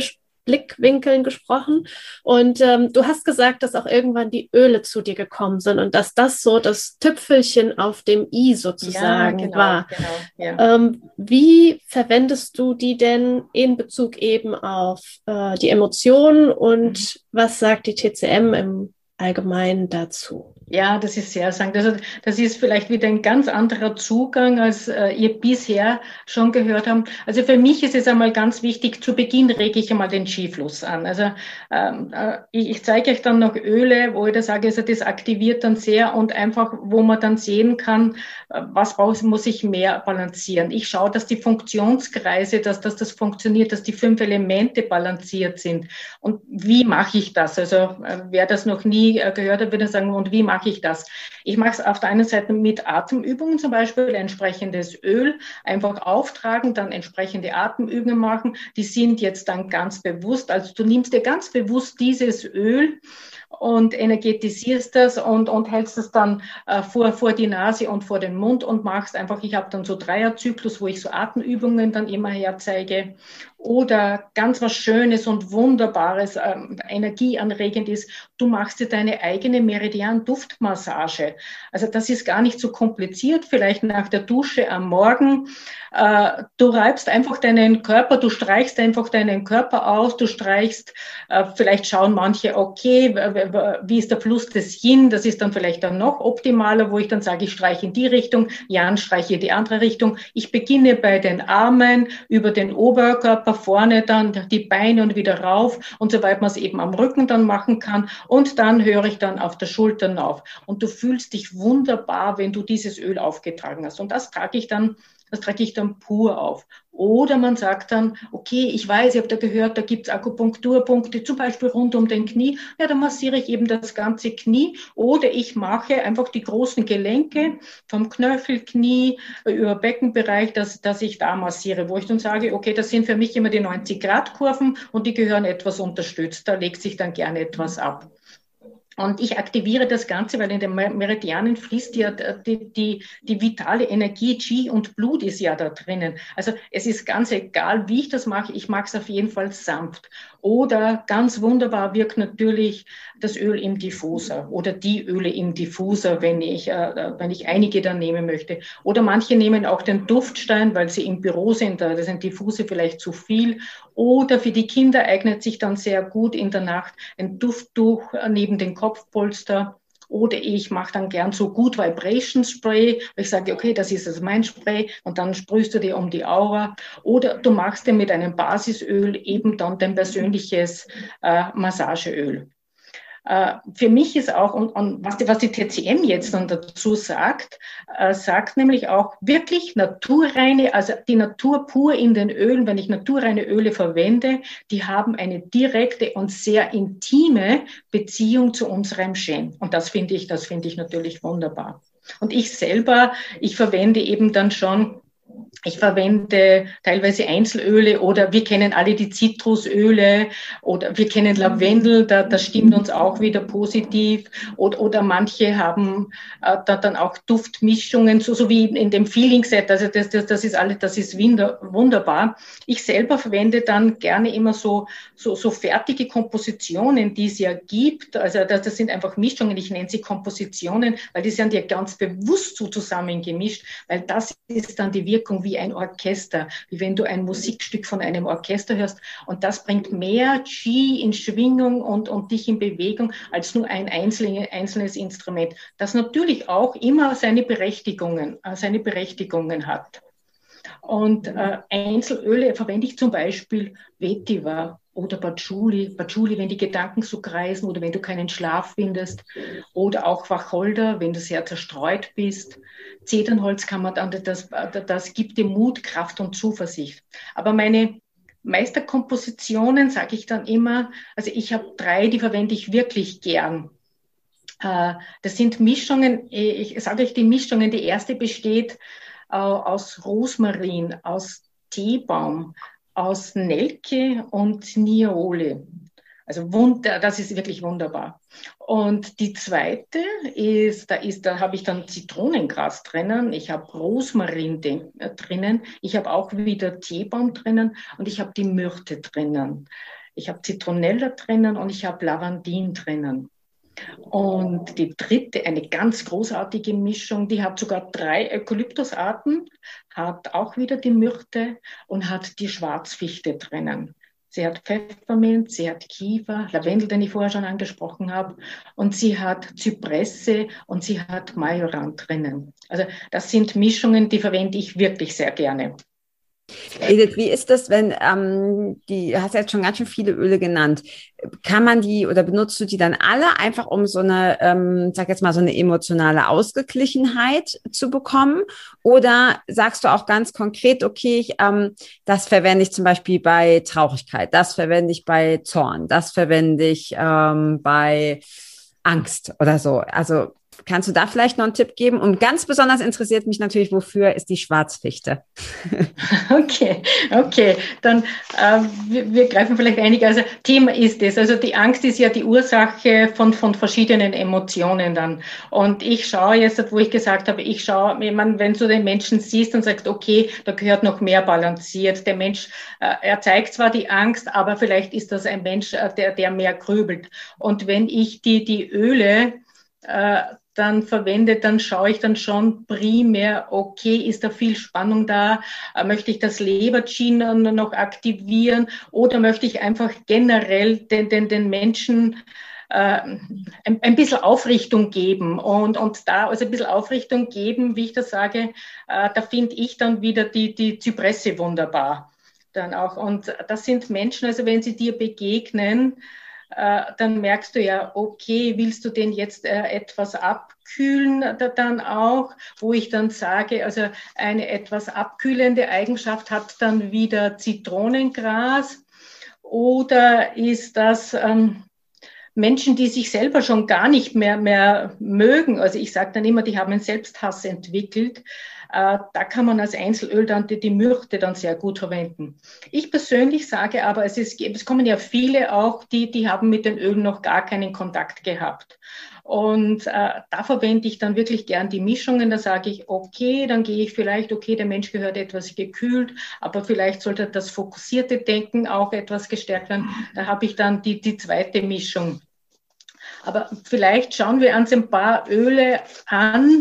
gesprochen. Und du hast gesagt, dass auch irgendwann die Öle zu dir gekommen sind und dass das so das Tüpfelchen auf dem I sozusagen war. Genau, ja. Wie verwendest du die denn in Bezug eben auf die Emotionen und was sagt die TCM im Allgemeinen dazu? Ja, das ist sehr sagen. Also das ist vielleicht wieder ein ganz anderer Zugang, als ihr bisher schon gehört habt. Also für mich ist es einmal ganz wichtig, zu Beginn rege ich einmal den Qi-Fluss an. Also ich zeige euch dann noch Öle, wo ich da sage, also das aktiviert dann sehr und einfach, wo man dann sehen kann, muss ich mehr balancieren. Ich schaue, dass die Funktionskreise, dass das funktioniert, dass die 5 Elemente balanciert sind. Und wie mache ich das? Also wer das noch nie gehört hat, würde sagen, und wie mache ich das? Ich mache es auf der einen Seite mit Atemübungen, zum Beispiel entsprechendes Öl einfach auftragen, dann entsprechende Atemübungen machen. Die sind jetzt dann ganz bewusst. Also du nimmst dir ganz bewusst dieses Öl und energetisierst das und hältst es dann vor die Nase und vor den Mund und machst einfach, ich habe dann so Dreierzyklus, wo ich so Atemübungen dann immer herzeige. Oder ganz was Schönes und Wunderbares, energieanregend ist, du machst dir deine eigene Meridian-Duftmassage. Also das ist gar nicht so kompliziert, vielleicht nach der Dusche am Morgen. Du reibst einfach deinen Körper, du streichst einfach deinen Körper aus, du streichst, vielleicht schauen manche, okay, wie ist der Fluss des Yin, das ist dann vielleicht dann noch optimaler, wo ich dann sage, ich streiche in die Richtung, Yang streiche in die andere Richtung. Ich beginne bei den Armen, über den Oberkörper, vorne dann die Beine und wieder rauf und soweit man es eben am Rücken dann machen kann und dann höre ich dann auf der Schultern auf und du fühlst dich wunderbar, wenn du dieses Öl aufgetragen hast und das trage ich dann pur auf. Oder man sagt dann, okay, ich weiß, ich habe da gehört, da gibt es Akupunkturpunkte, zum Beispiel rund um den Knie. Ja, dann massiere ich eben das ganze Knie. Oder ich mache einfach die großen Gelenke vom Knöchel, Knie, über Beckenbereich, dass ich da massiere, wo ich dann sage, okay, das sind für mich immer die 90-Grad-Kurven und die gehören etwas unterstützt. Da legt sich dann gerne etwas ab. Und ich aktiviere das Ganze, weil in den Meridianen fließt ja die vitale Energie, Qi und Blut ist ja da drinnen. Also es ist ganz egal, wie ich das mache. Ich mache es auf jeden Fall sanft. Oder ganz wunderbar wirkt natürlich das Öl im Diffuser oder die Öle im Diffuser, wenn ich einige dann nehmen möchte. Oder manche nehmen auch den Duftstein, weil sie im Büro sind. Da sind Diffuse vielleicht zu viel. Oder für die Kinder eignet sich dann sehr gut in der Nacht ein Dufttuch neben den Kopfpolster. Oder ich mache dann gern so Good Vibration Spray. Ich sage, okay, das ist also mein Spray und dann sprühst du dir um die Aura. Oder du machst dir mit einem Basisöl eben dann dein persönliches Massageöl. Für mich ist auch, und was die TCM jetzt dann dazu sagt, sagt nämlich auch wirklich naturreine, also die Natur pur in den Ölen, wenn ich naturreine Öle verwende, die haben eine direkte und sehr intime Beziehung zu unserem Shen. Und das finde ich natürlich wunderbar. Und ich verwende eben dann schon, ich verwende teilweise Einzelöle oder wir kennen alle die Zitrusöle oder wir kennen Lavendel, das stimmt uns auch wieder positiv oder manche haben dann auch Duftmischungen, so wie in dem Feeling Set, also das ist alles, das ist wunderbar. Ich selber verwende dann gerne immer so fertige Kompositionen, die es ja gibt, also das sind einfach Mischungen, ich nenne sie Kompositionen, weil die sind ja ganz bewusst so zusammengemischt, weil das ist dann die Wirkung wie ein Orchester, wie wenn du ein Musikstück von einem Orchester hörst. Und das bringt mehr Qi in Schwingung und dich in Bewegung als nur ein einzelnes Instrument, das natürlich auch immer seine Berechtigungen hat. Und Einzelöle verwende ich zum Beispiel Vetiver oder Patchouli, wenn die Gedanken so kreisen oder wenn du keinen Schlaf findest. Oder auch Wacholder, wenn du sehr zerstreut bist. Zedernholz kann man dann, das gibt dir Mut, Kraft und Zuversicht. Aber meine Meisterkompositionen, sage ich dann immer, also ich habe 3, die verwende ich wirklich gern. Das sind Mischungen, ich sage euch die Mischungen, die erste besteht aus Rosmarin, aus Teebaum, aus Nelke und Niole. Also das ist wirklich wunderbar. Und die zweite ist, da habe ich dann Zitronengras drinnen, ich habe Rosmarin drinnen, ich habe auch wieder Teebaum drinnen und ich habe die Myrte drinnen. Ich habe Zitronella drinnen und ich habe Lavandin drinnen. Und die dritte, eine ganz großartige Mischung, die hat sogar 3 Eukalyptusarten, hat auch wieder die Myrte und hat die Schwarzfichte drinnen. Sie hat Pfefferminz, sie hat Kiefer, Lavendel, den ich vorher schon angesprochen habe, und sie hat Zypresse und sie hat Majoran drinnen. Also das sind Mischungen, die verwende ich wirklich sehr gerne. Edith, wie ist das, wenn du hast jetzt schon ganz schön viele Öle genannt, kann man die oder benutzt du die dann alle einfach, um so eine, sag jetzt mal, so eine emotionale Ausgeglichenheit zu bekommen? Oder sagst du auch ganz konkret, okay, das verwende ich zum Beispiel bei Traurigkeit, das verwende ich bei Zorn, das verwende ich bei Angst oder so? Also kannst du da vielleicht noch einen Tipp geben? Und ganz besonders interessiert mich natürlich, wofür ist die Schwarzfichte? Okay. Dann wir greifen vielleicht einige. Also Thema ist es. Also die Angst ist ja die Ursache von verschiedenen Emotionen dann. Und ich schaue jetzt, wo ich gesagt habe, wenn du den Menschen siehst und sagst, okay, da gehört noch mehr balanciert. Der Mensch, er zeigt zwar die Angst, aber vielleicht ist das ein Mensch, der mehr grübelt. Und wenn ich die Öle dann verwende, dann schaue ich dann schon primär, okay, ist da viel Spannung da? Möchte ich das Leber-Qi noch aktivieren oder möchte ich einfach generell den Menschen ein bisschen Aufrichtung geben und da also ein bisschen Aufrichtung geben, wie ich das sage, da finde ich dann wieder die Zypresse wunderbar. Dann auch. Und das sind Menschen, also wenn sie dir begegnen, dann merkst du ja, okay, willst du den jetzt etwas abkühlen dann auch, wo ich dann sage, also eine etwas abkühlende Eigenschaft hat dann wieder Zitronengras oder ist das Menschen, die sich selber schon gar nicht mehr mögen, also ich sage dann immer, die haben einen Selbsthass entwickelt, da kann man als Einzelöl dann die Myrte dann sehr gut verwenden. Ich persönlich sage aber, es kommen ja viele auch, die haben mit den Ölen noch gar keinen Kontakt gehabt. Und da verwende ich dann wirklich gern die Mischungen. Da sage ich, okay, dann gehe ich vielleicht, okay, der Mensch gehört etwas gekühlt, aber vielleicht sollte das fokussierte Denken auch etwas gestärkt werden. Da habe ich dann die zweite Mischung. Aber vielleicht schauen wir uns ein paar Öle an,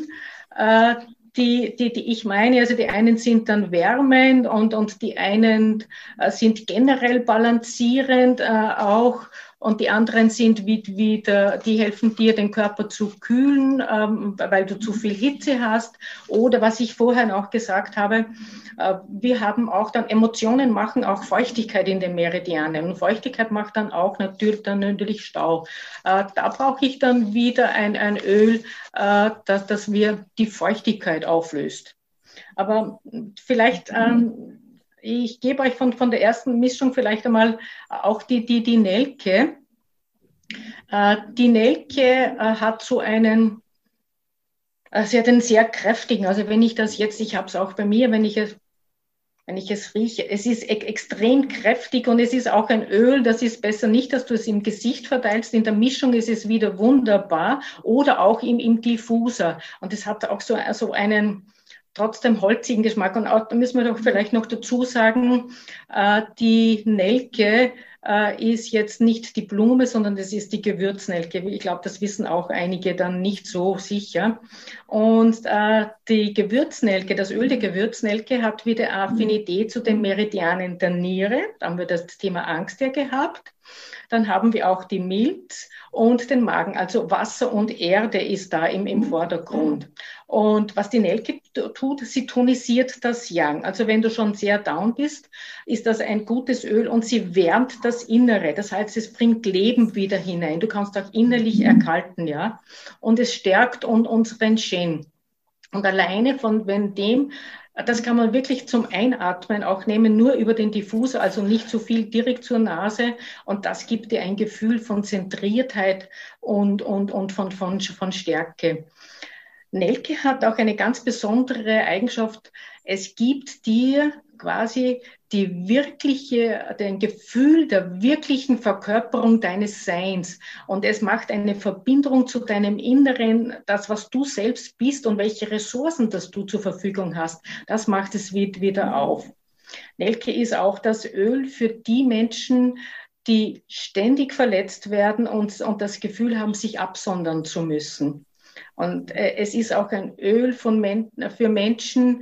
die ich meine. Also die einen sind dann wärmend und die einen sind generell balancierend auch. Und die anderen sind die helfen dir, den Körper zu kühlen, weil du zu viel Hitze hast. Oder was ich vorher noch gesagt habe, wir haben auch dann, Emotionen machen auch Feuchtigkeit in den Meridianen. Und Feuchtigkeit macht dann auch natürlich Stau. Da brauche ich dann wieder ein Öl, das mir die Feuchtigkeit auflöst. Aber vielleicht... ich gebe euch von der ersten Mischung vielleicht einmal auch die Nelke. Die Nelke hat so sie hat einen sehr kräftigen, also wenn ich das jetzt, ich habe es auch bei mir, wenn ich es rieche, es ist extrem kräftig und es ist auch ein Öl, das ist besser nicht, dass du es im Gesicht verteilst, in der Mischung ist es wieder wunderbar oder auch im Diffuser und es hat auch so einen trotzdem holzigen Geschmack. Und auch, da müssen wir doch vielleicht noch dazu sagen, die Nelke ist jetzt nicht die Blume, sondern das ist die Gewürznelke. Ich glaube, das wissen auch einige dann nicht so sicher. Und die Gewürznelke, das Öl der Gewürznelke hat wieder Affinität zu den Meridianen der Niere. Da haben wir das Thema Angst ja gehabt. Dann haben wir auch die Milz und den Magen. Also Wasser und Erde ist da im Vordergrund. Und was die Nelke tut, sie tonisiert das Yang. Also wenn du schon sehr down bist, ist das ein gutes Öl und sie wärmt das Innere. Das heißt, es bringt Leben wieder hinein. Du kannst auch innerlich erkalten, ja. Und es stärkt unseren Shen. Und alleine das kann man wirklich zum Einatmen auch nehmen, nur über den Diffuser, also nicht zu viel direkt zur Nase. Und das gibt dir ein Gefühl von Zentriertheit und von Stärke. Nelke hat auch eine ganz besondere Eigenschaft. Es gibt dir quasi den Gefühl der wirklichen Verkörperung deines Seins. Und es macht eine Verbindung zu deinem Inneren, das, was du selbst bist und welche Ressourcen das du zur Verfügung hast. Das macht es wieder auf. Nelke ist auch das Öl für die Menschen, die ständig verletzt werden und das Gefühl haben, sich absondern zu müssen. Und es ist auch ein Öl für Menschen,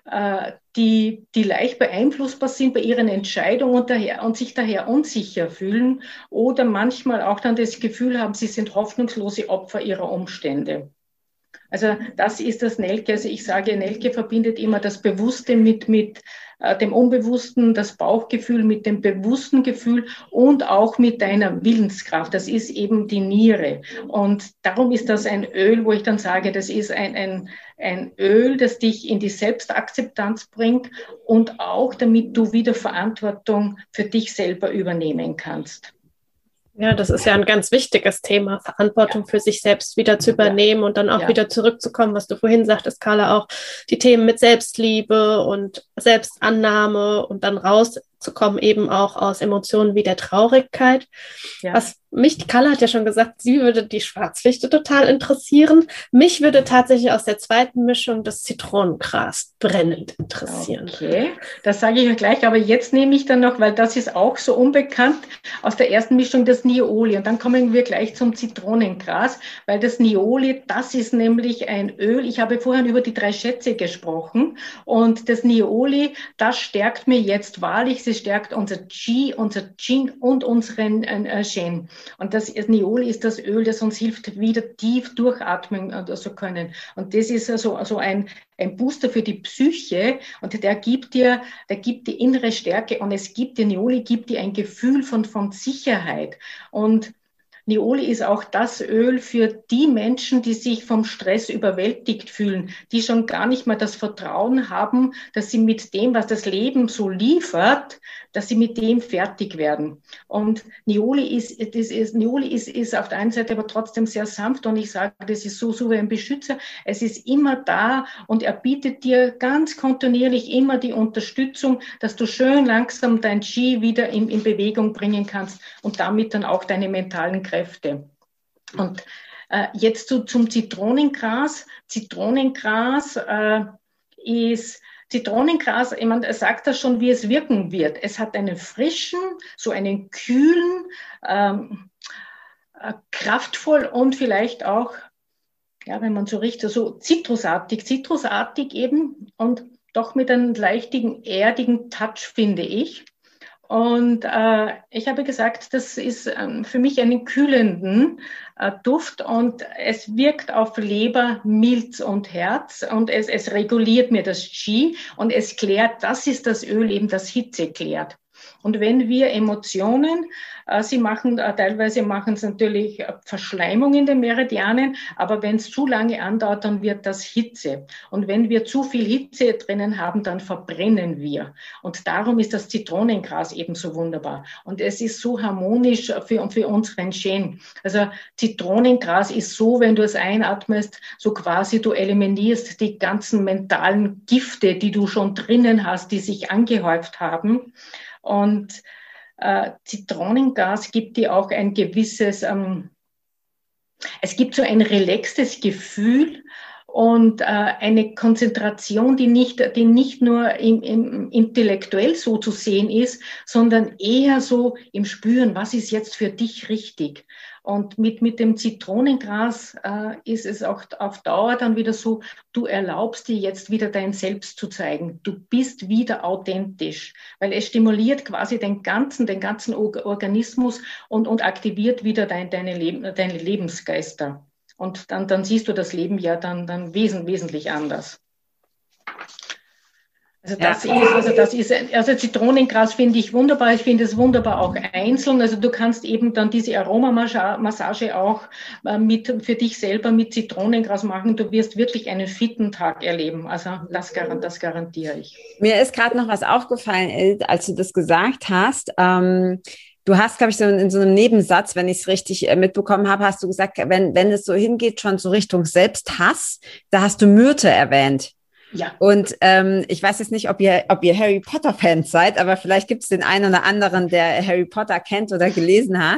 die leicht beeinflussbar sind bei ihren Entscheidungen und sich daher unsicher fühlen oder manchmal auch dann das Gefühl haben, sie sind hoffnungslose Opfer ihrer Umstände. Also das ist das Nelke. Also ich sage, Nelke verbindet immer das Bewusste mit dem Unbewussten, das Bauchgefühl mit dem bewussten Gefühl und auch mit deiner Willenskraft. Das ist eben die Niere. Und darum ist das ein Öl, wo ich dann sage, das ist ein Öl, das dich in die Selbstakzeptanz bringt und auch damit du wieder Verantwortung für dich selber übernehmen kannst. Ja, das ist ja ein ganz wichtiges Thema, Verantwortung für sich selbst wieder zu übernehmen und dann auch wieder zurückzukommen, was du vorhin sagtest, Carla, auch die Themen mit Selbstliebe und Selbstannahme und dann rauszukommen eben auch aus Emotionen wie der Traurigkeit. Ja. Carla hat ja schon gesagt, sie würde die Schwarzfichte total interessieren. Mich würde tatsächlich aus der zweiten Mischung das Zitronengras brennend interessieren. Okay, das sage ich ja gleich, aber jetzt nehme ich dann noch, weil das ist auch so unbekannt, aus der ersten Mischung das Nioli. Und dann kommen wir gleich zum Zitronengras, weil das Nioli, das ist nämlich ein Öl. Ich habe vorhin über die 3 Schätze gesprochen und das Nioli, das stärkt mir jetzt wahrlich, sie stärkt unser Qi, unser Qing und unseren Shen. Und das Nioli ist das Öl, das uns hilft, wieder tief durchatmen zu können. Und das ist also ein Booster für die Psyche und der gibt dir die innere Stärke und Nioli gibt dir ein Gefühl von Sicherheit. Und Nioli ist auch das Öl für die Menschen, die sich vom Stress überwältigt fühlen, die schon gar nicht mehr das Vertrauen haben, dass sie mit dem, was das Leben so liefert, dass sie mit dem fertig werden. Und Nioli ist auf der einen Seite aber trotzdem sehr sanft und ich sage, das ist so wie ein Beschützer. Es ist immer da und er bietet dir ganz kontinuierlich immer die Unterstützung, dass du schön langsam dein Qi wieder in Bewegung bringen kannst und damit dann auch deine mentalen Kräfte. Und jetzt zum Zitronengras. Zitronengras, ich meine, er sagt das schon, wie es wirken wird. Es hat einen frischen, so einen kühlen, kraftvoll und vielleicht auch, ja, wenn man so riecht, so zitrusartig eben und doch mit einem leichten, erdigen Touch, finde ich. Und ich habe gesagt, das ist für mich einen kühlenden Duft und es wirkt auf Leber, Milz und Herz und es reguliert mir das Qi und es klärt, das ist das Öl eben, das Hitze klärt. Und wenn wir Emotionen, teilweise machen es natürlich Verschleimung in den Meridianen, aber wenn es zu lange andauert, dann wird das Hitze. Und wenn wir zu viel Hitze drinnen haben, dann verbrennen wir. Und darum ist das Zitronengras eben so wunderbar. Und es ist so harmonisch für unseren Shen. Also Zitronengras ist so, wenn du es einatmest, so quasi du eliminierst die ganzen mentalen Gifte, die du schon drinnen hast, die sich angehäuft haben. Und Zitronengas gibt dir auch ein gewisses, es gibt so ein relaxtes Gefühl und eine Konzentration, die nicht nur intellektuell so zu sehen ist, sondern eher so im Spüren, was ist jetzt für dich richtig. Und mit dem Zitronengras ist es auch auf Dauer dann wieder so, du erlaubst dir jetzt wieder dein Selbst zu zeigen. Du bist wieder authentisch, weil es stimuliert quasi den ganzen Organismus und aktiviert wieder deine Lebensgeister. Und dann siehst du das Leben ja dann wesentlich anders. Also Zitronengras finde ich wunderbar. Ich finde es wunderbar auch einzeln. Also du kannst eben dann diese Aromamassage auch für dich selber mit Zitronengras machen. Du wirst wirklich einen fitten Tag erleben. Also das garantiere ich. Mir ist gerade noch was aufgefallen, als du das gesagt hast. Du hast, glaube ich, so in so einem Nebensatz, wenn ich es richtig mitbekommen habe, hast du gesagt, wenn es so hingeht, schon so Richtung Selbsthass, da hast du Myrte erwähnt. Ja. Und ich weiß jetzt nicht, ob ihr Harry Potter-Fans seid, aber vielleicht gibt es den einen oder anderen, der Harry Potter kennt oder gelesen hat.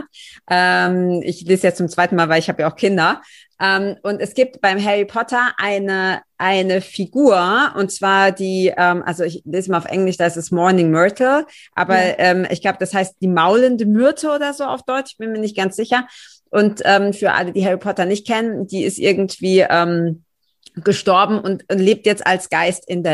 Ich lese jetzt zum zweiten Mal, weil ich habe ja auch Kinder. Und es gibt beim Harry Potter eine Figur, und zwar also ich lese mal auf Englisch, da ist es Morning Myrtle, aber ich glaube, das heißt die maulende Myrte oder so auf Deutsch, ich bin mir nicht ganz sicher. Und für alle, die Harry Potter nicht kennen, die ist irgendwie gestorben und lebt jetzt als Geist in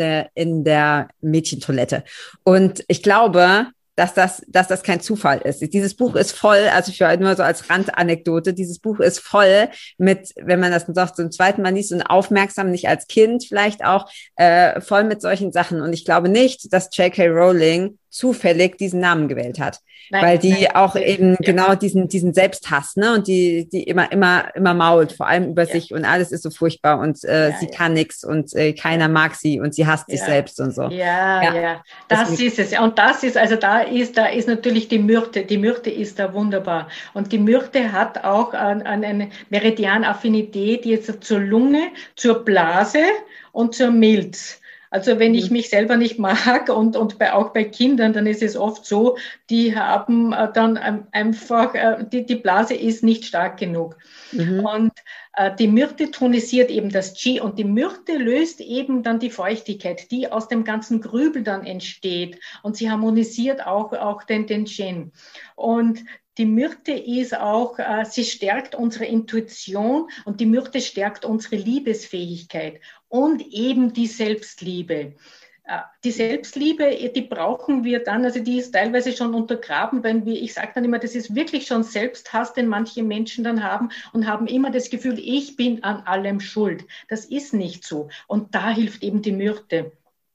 der Mädchentoilette. Und ich glaube, dass das kein Zufall ist. Dieses Buch ist voll, also für nur so als Randanekdote, dieses Buch ist voll mit, wenn man das noch zum zweiten Mal liest und aufmerksam, nicht als Kind vielleicht auch, voll mit solchen Sachen. Und ich glaube nicht, dass J.K. Rowling zufällig diesen Namen gewählt hat. Weil die auch eben genau diesen Selbsthass, ne, und die immer mault, vor allem über sich und alles ist so furchtbar und sie kann nichts und keiner mag sie und sie hasst sich selbst und so. Ja. Das ist es. Und das ist, also da ist natürlich die Myrte. Die Myrte ist da wunderbar. Und die Myrte hat auch eine Meridianaffinität jetzt zur Lunge, zur Blase und zur Milz. Also wenn ich mich selber nicht mag und auch bei Kindern, dann ist es oft so, die haben dann einfach, die Blase ist nicht stark genug. Und die Myrte tonisiert eben das Qi und die Myrte löst eben dann die Feuchtigkeit, die aus dem ganzen Grübel dann entsteht und sie harmonisiert auch den Shen. Und die Myrte ist auch, sie stärkt unsere Intuition und die Myrte stärkt unsere Liebesfähigkeit und eben die Selbstliebe. Die Selbstliebe, die brauchen wir dann, also die ist teilweise schon untergraben, ich sage dann immer, das ist wirklich schon Selbsthass, den manche Menschen dann haben und haben immer das Gefühl, ich bin an allem schuld. Das ist nicht so. Und da hilft eben die Myrte.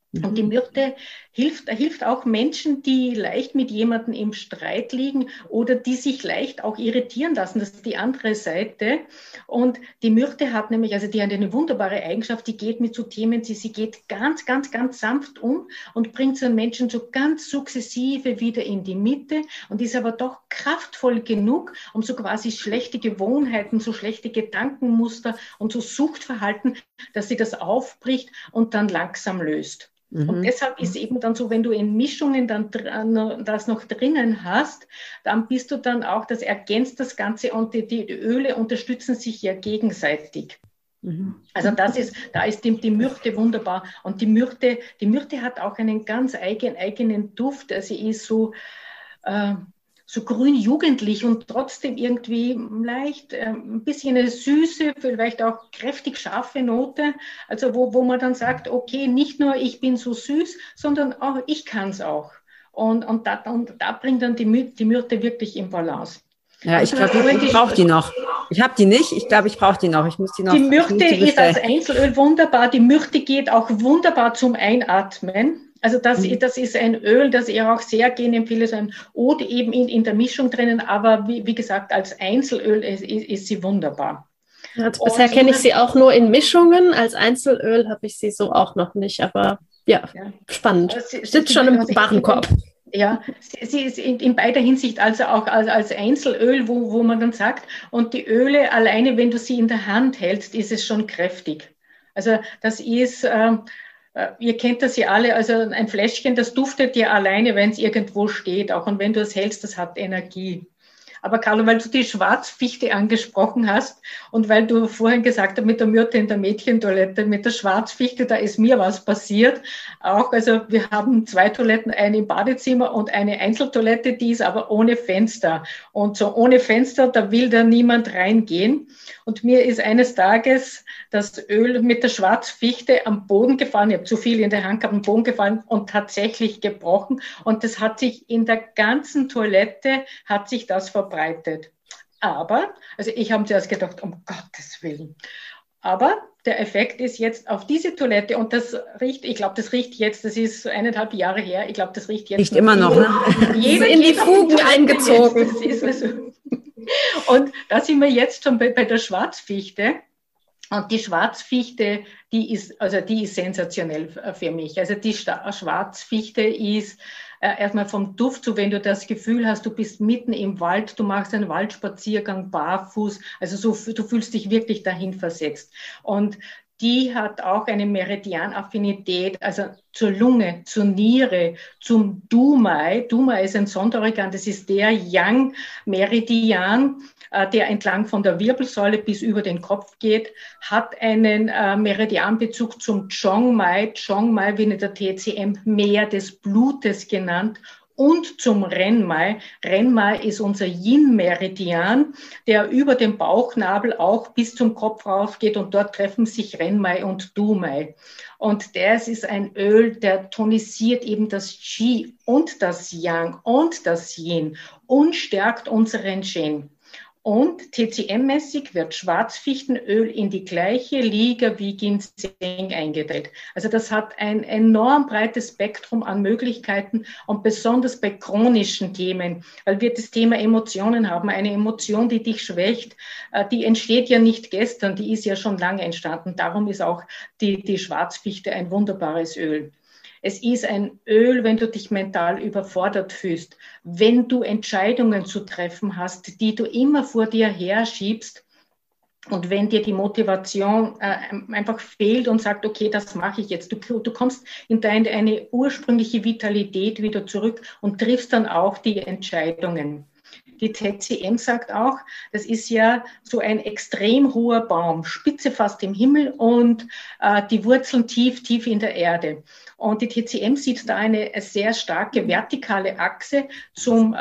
Und die Myrte hilft auch Menschen, die leicht mit jemandem im Streit liegen oder die sich leicht auch irritieren lassen. Das ist die andere Seite. Und die Myrte hat nämlich, also die hat eine wunderbare Eigenschaft, die geht mit so Themen, sie geht ganz, ganz, ganz sanft um und bringt so einen Menschen so ganz sukzessive wieder in die Mitte und ist aber doch kraftvoll genug, um so quasi schlechte Gewohnheiten, so schlechte Gedankenmuster und so Suchtverhalten, dass sie das aufbricht und dann langsam löst. Und deshalb ist eben dann so, wenn du in Mischungen dann das noch drinnen hast, dann bist du dann auch, das ergänzt das Ganze und die Öle unterstützen sich ja gegenseitig. Also da ist die Myrte wunderbar. Und die Myrte hat auch einen ganz eigenen Duft. Also sie ist so grün jugendlich und trotzdem irgendwie leicht ein bisschen eine süße, vielleicht auch kräftig scharfe Note. Also wo man dann sagt, okay, nicht nur ich bin so süß, sondern auch ich kann es auch. Und da bringt dann die Myrte wirklich im Balance. Ja, ich glaube, ich brauche die noch. Ich habe die nicht, ich glaube, ich brauche die noch. Ich muss die noch. Die Myrte ist als Einzelöl wunderbar. Die Myrte geht auch wunderbar zum Einatmen. Also das ist ein Öl, das ich auch sehr gerne empfehle, so ein Ode eben in der Mischung drinnen, aber wie gesagt, als Einzelöl ist sie wunderbar. Also bisher kenne ich sie auch nur in Mischungen, als Einzelöl habe ich sie so auch noch nicht, aber ja. Spannend. Sitzt schon im Warenkorb. Ja, sie ist in beider Hinsicht, also auch als Einzelöl, wo man dann sagt, und die Öle alleine, wenn du sie in der Hand hältst, ist es schon kräftig. Also das ist... ihr kennt das ja alle, also ein Fläschchen, das duftet ja alleine, wenn es irgendwo steht, auch und wenn du es hältst, das hat Energie. Aber Carlo, weil du die Schwarzfichte angesprochen hast und weil du vorhin gesagt hast, mit der Myrte in der Mädchentoilette, mit der Schwarzfichte, da ist mir was passiert. Auch, also wir haben 2 Toiletten, eine im Badezimmer und eine Einzeltoilette, die ist aber ohne Fenster. Und so ohne Fenster, da will da niemand reingehen. Und mir ist eines Tages das Öl mit der Schwarzfichte am Boden gefallen. Ich habe zu viel in der Hand gehabt, am Boden gefallen und tatsächlich gebrochen. Und das hat sich in der ganzen Toilette, hat sich das verbreitet. Aber, also ich habe zuerst gedacht, um Gottes Willen. Aber der Effekt ist jetzt auf diese Toilette und das riecht, ich glaube, das riecht jetzt, das ist 1,5 Jahre her, ich glaube, das riecht jetzt. Riecht immer noch, ne? Jeder in die Fugen eingezogen. Jetzt, das ist also. Und da sind wir jetzt schon bei der Schwarzfichte. Und die Schwarzfichte, die ist sensationell für mich. Also die Schwarzfichte ist erstmal vom Duft, so wenn du das Gefühl hast, du bist mitten im Wald, du machst einen Waldspaziergang barfuß, also so, du fühlst dich wirklich dahin versetzt. Und die hat auch eine Meridianaffinität, also zur Lunge, zur Niere, zum Dumai. Dumai ist ein Sonderorgan, das ist der Yang-Meridian, der entlang von der Wirbelsäule bis über den Kopf geht, hat einen Meridianbezug zum Zhongmai. Zhongmai wird in der TCM Meer des Blutes genannt. Und zum Renmai. Renmai ist unser Yin-Meridian, der über den Bauchnabel auch bis zum Kopf raufgeht und dort treffen sich Renmai und Dumai. Und das ist ein Öl, der tonisiert eben das Qi und das Yang und das Yin und stärkt unseren Shen. Und TCM-mäßig wird Schwarzfichtenöl in die gleiche Liga wie Ginseng eingeteilt. Also das hat ein enorm breites Spektrum an Möglichkeiten und besonders bei chronischen Themen, weil wir das Thema Emotionen haben. Eine Emotion, die dich schwächt, die entsteht ja nicht gestern, die ist ja schon lange entstanden. Darum ist auch die Schwarzfichte ein wunderbares Öl. Es ist ein Öl, wenn du dich mental überfordert fühlst, wenn du Entscheidungen zu treffen hast, die du immer vor dir herschiebst und wenn dir die Motivation einfach fehlt und sagt, okay, das mache ich jetzt. Du kommst in deine ursprüngliche Vitalität wieder zurück und triffst dann auch die Entscheidungen. Die TCM sagt auch, das ist ja so ein extrem hoher Baum, Spitze fast im Himmel und die Wurzeln tief, tief in der Erde. Und die TCM sieht da eine sehr starke vertikale Achse zum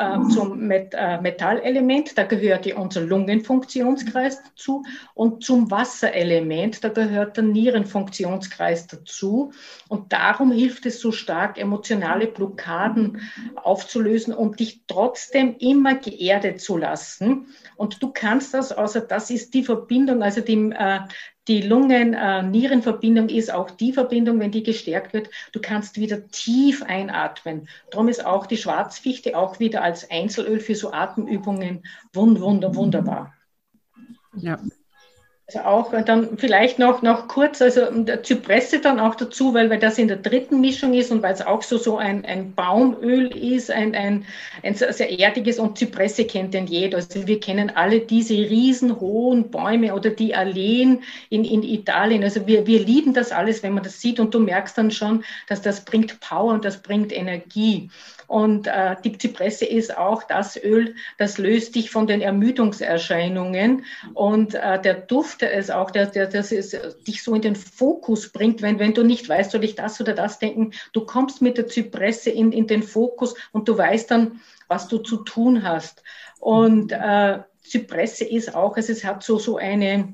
Metallelement, da gehört ja unser Lungenfunktionskreis dazu und zum Wasserelement, da gehört der Nierenfunktionskreis dazu. Und darum hilft es so stark, emotionale Blockaden aufzulösen und dich trotzdem immer geerdet Erde zu lassen. Und du kannst das, also das ist die Verbindung, also die Lungen-Nieren-Verbindung ist auch die Verbindung, wenn die gestärkt wird. Du kannst wieder tief einatmen. Darum ist auch die Schwarzfichte auch wieder als Einzelöl für so Atemübungen wunderbar. Ja. Also auch dann vielleicht noch kurz, also Zypresse dann auch dazu, weil das in der dritten Mischung ist und weil es auch so ein Baumöl ist, ein sehr erdiges, und Zypresse kennt denn jeder. Also wir kennen alle diese riesenhohen Bäume oder die Alleen in Italien. Also wir lieben das alles, wenn man das sieht, und du merkst dann schon, dass das bringt Power und das bringt Energie. Und die Zypresse ist auch das Öl, das löst dich von den Ermüdungserscheinungen, und der Duft ist auch, das dich so in den Fokus bringt, wenn du nicht weißt, soll ich das oder das denken, du kommst mit der Zypresse in den Fokus und du weißt dann, was du zu tun hast. Und Zypresse ist auch, es hat so eine...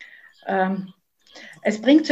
Es bringt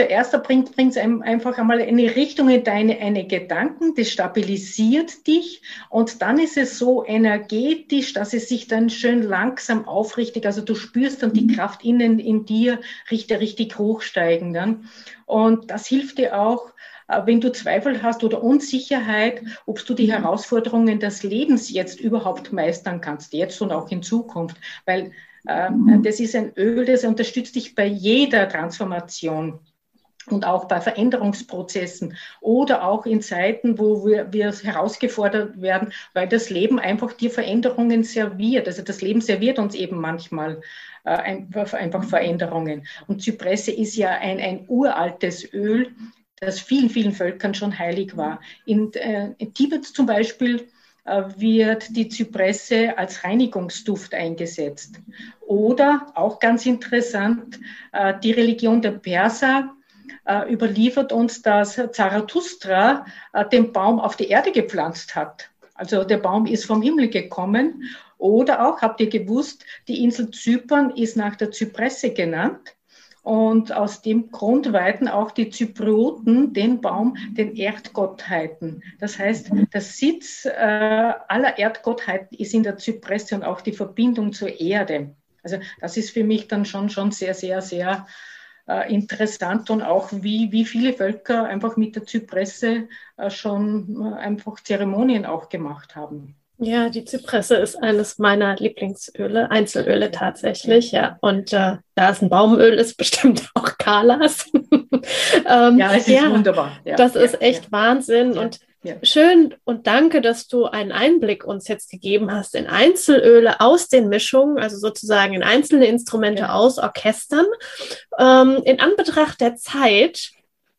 einfach einmal eine Richtung in deine Gedanken, das stabilisiert dich, und dann ist es so energetisch, dass es sich dann schön langsam aufrichtet, also du spürst dann die Kraft innen in dir richtig hochsteigen dann, und das hilft dir auch, wenn du Zweifel hast oder Unsicherheit, ob du die Herausforderungen des Lebens jetzt überhaupt meistern kannst, jetzt und auch in Zukunft, weil das ist ein Öl, das unterstützt dich bei jeder Transformation und auch bei Veränderungsprozessen oder auch in Zeiten, wo wir herausgefordert werden, weil das Leben einfach dir Veränderungen serviert. Also das Leben serviert uns eben manchmal einfach Veränderungen. Und Zypresse ist ja ein uraltes Öl, das vielen, vielen Völkern schon heilig war. In Tibet zum Beispiel wird die Zypresse als Reinigungsduft eingesetzt. Oder, auch ganz interessant, die Religion der Perser überliefert uns, dass Zarathustra den Baum auf die Erde gepflanzt hat. Also der Baum ist vom Himmel gekommen. Oder auch, habt ihr gewusst, die Insel Zypern ist nach der Zypresse genannt. Und aus dem Grund weihten auch die Zyprioten den Baum den Erdgottheiten. Das heißt, der Sitz aller Erdgottheiten ist in der Zypresse und auch die Verbindung zur Erde. Also das ist für mich dann schon sehr, sehr, sehr interessant, und auch wie viele Völker einfach mit der Zypresse schon einfach Zeremonien auch gemacht haben. Ja, die Zypresse ist eines meiner Lieblingsöle, Einzelöle tatsächlich, ja. Und da es ein Baumöl ist, bestimmt auch Kalas. Ja, es ist wunderbar. Ja, das ist echt Wahnsinn. Ja, und schön, und danke, dass du einen Einblick uns jetzt gegeben hast in Einzelöle aus den Mischungen, also sozusagen in einzelne Instrumente aus Orchestern. In Anbetracht der Zeit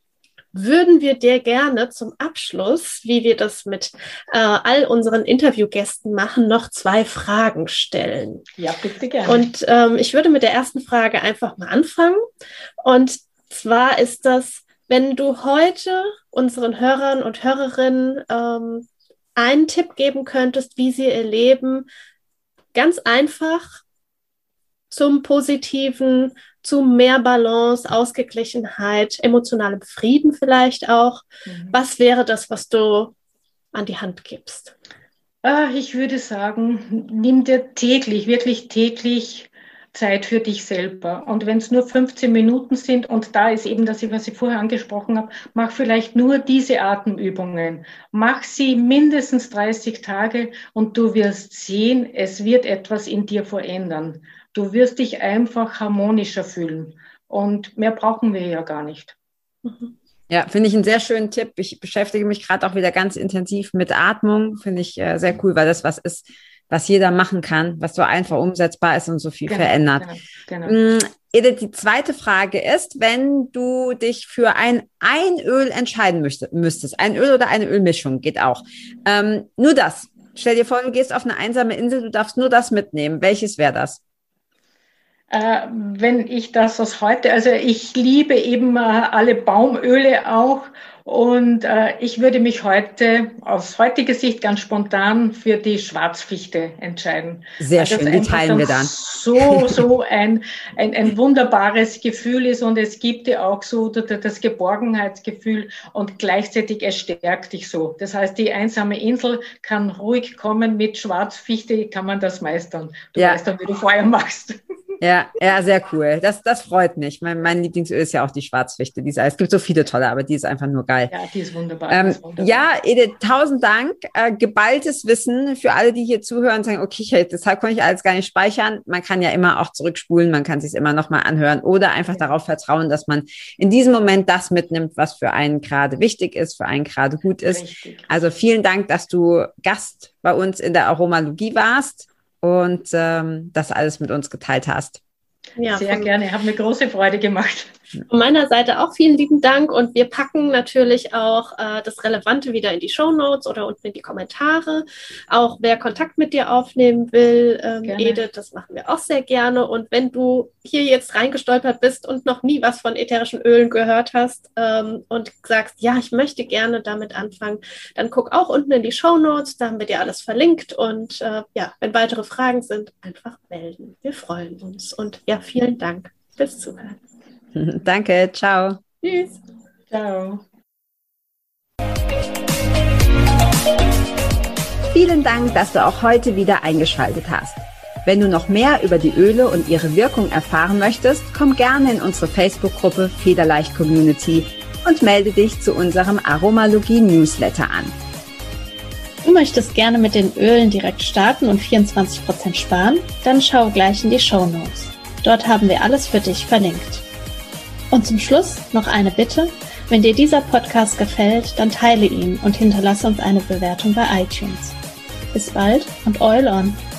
würden wir dir gerne zum Abschluss, wie wir das mit all unseren Interviewgästen machen, noch 2 Fragen stellen. Ja, bitte gerne. Und ich würde mit der ersten Frage einfach mal anfangen. Und zwar ist das, wenn du heute unseren Hörern und Hörerinnen einen Tipp geben könntest, wie sie ihr Leben ganz einfach zum Positiven, zu mehr Balance, Ausgeglichenheit, emotionalem Frieden vielleicht auch. Was wäre das, was du an die Hand gibst? Ich würde sagen, nimm dir wirklich täglich Zeit für dich selber. Und wenn es nur 15 Minuten sind, und da ist eben das, was ich vorher angesprochen habe, mach vielleicht nur diese Atemübungen. Mach sie mindestens 30 Tage und du wirst sehen, es wird etwas in dir verändern. Du wirst dich einfach harmonischer fühlen. Und mehr brauchen wir ja gar nicht. Ja, finde ich einen sehr schönen Tipp. Ich beschäftige mich gerade auch wieder ganz intensiv mit Atmung. Finde ich sehr cool, weil das was ist, was jeder machen kann, was so einfach umsetzbar ist und so viel verändert. Genau. Edith, die zweite Frage ist, wenn du dich für ein Öl entscheiden müsstest, ein Öl oder eine Ölmischung, geht auch. Nur das. Stell dir vor, du gehst auf eine einsame Insel, du darfst nur das mitnehmen. Welches wäre das? Wenn ich das aus heute, also ich liebe eben alle Baumöle auch und ich würde mich heute aus heutiger Sicht ganz spontan für die Schwarzfichte entscheiden. Sehr schön, die teilen wir dann. So ein wunderbares Gefühl ist und es gibt dir auch so das Geborgenheitsgefühl und gleichzeitig es stärkt dich so. Das heißt, die einsame Insel kann ruhig kommen, mit Schwarzfichte kann man das meistern. Du weißt dann, wie du Feuer machst. Ja, sehr cool. Das freut mich. Mein Lieblingsöl ist ja auch die Schwarzfichte. Es gibt so viele tolle, aber die ist einfach nur geil. Ja, die ist wunderbar. Ja, Edith, 1000 Dank. Geballtes Wissen für alle, die hier zuhören und sagen, okay, deshalb konnte ich alles gar nicht speichern. Man kann ja immer auch zurückspulen, man kann es sich immer nochmal anhören oder einfach darauf vertrauen, dass man in diesem Moment das mitnimmt, was für einen gerade wichtig ist, für einen gerade gut ist. Richtig. Also vielen Dank, dass du Gast bei uns in der Aromalogie warst und das alles mit uns geteilt hast. Ja, sehr gerne, hat mir große Freude gemacht. Von meiner Seite auch vielen lieben Dank und wir packen natürlich auch das Relevante wieder in die Shownotes oder unten in die Kommentare. Auch wer Kontakt mit dir aufnehmen will, Edith, das machen wir auch sehr gerne. Und wenn du hier jetzt reingestolpert bist und noch nie was von ätherischen Ölen gehört hast und sagst, ja, ich möchte gerne damit anfangen, dann guck auch unten in die Shownotes, da haben wir dir alles verlinkt und wenn weitere Fragen sind, einfach melden. Wir freuen uns und ja, vielen Dank fürs Zuhören. Danke, ciao. Tschüss. Ciao. Vielen Dank, dass du auch heute wieder eingeschaltet hast. Wenn du noch mehr über die Öle und ihre Wirkung erfahren möchtest, komm gerne in unsere Facebook-Gruppe Federleicht Community und melde dich zu unserem Aromalogie-Newsletter an. Du möchtest gerne mit den Ölen direkt starten und 24% sparen? Dann schau gleich in die Shownotes. Dort haben wir alles für dich verlinkt. Und zum Schluss noch eine Bitte. Wenn dir dieser Podcast gefällt, dann teile ihn und hinterlasse uns eine Bewertung bei iTunes. Bis bald und Oil on!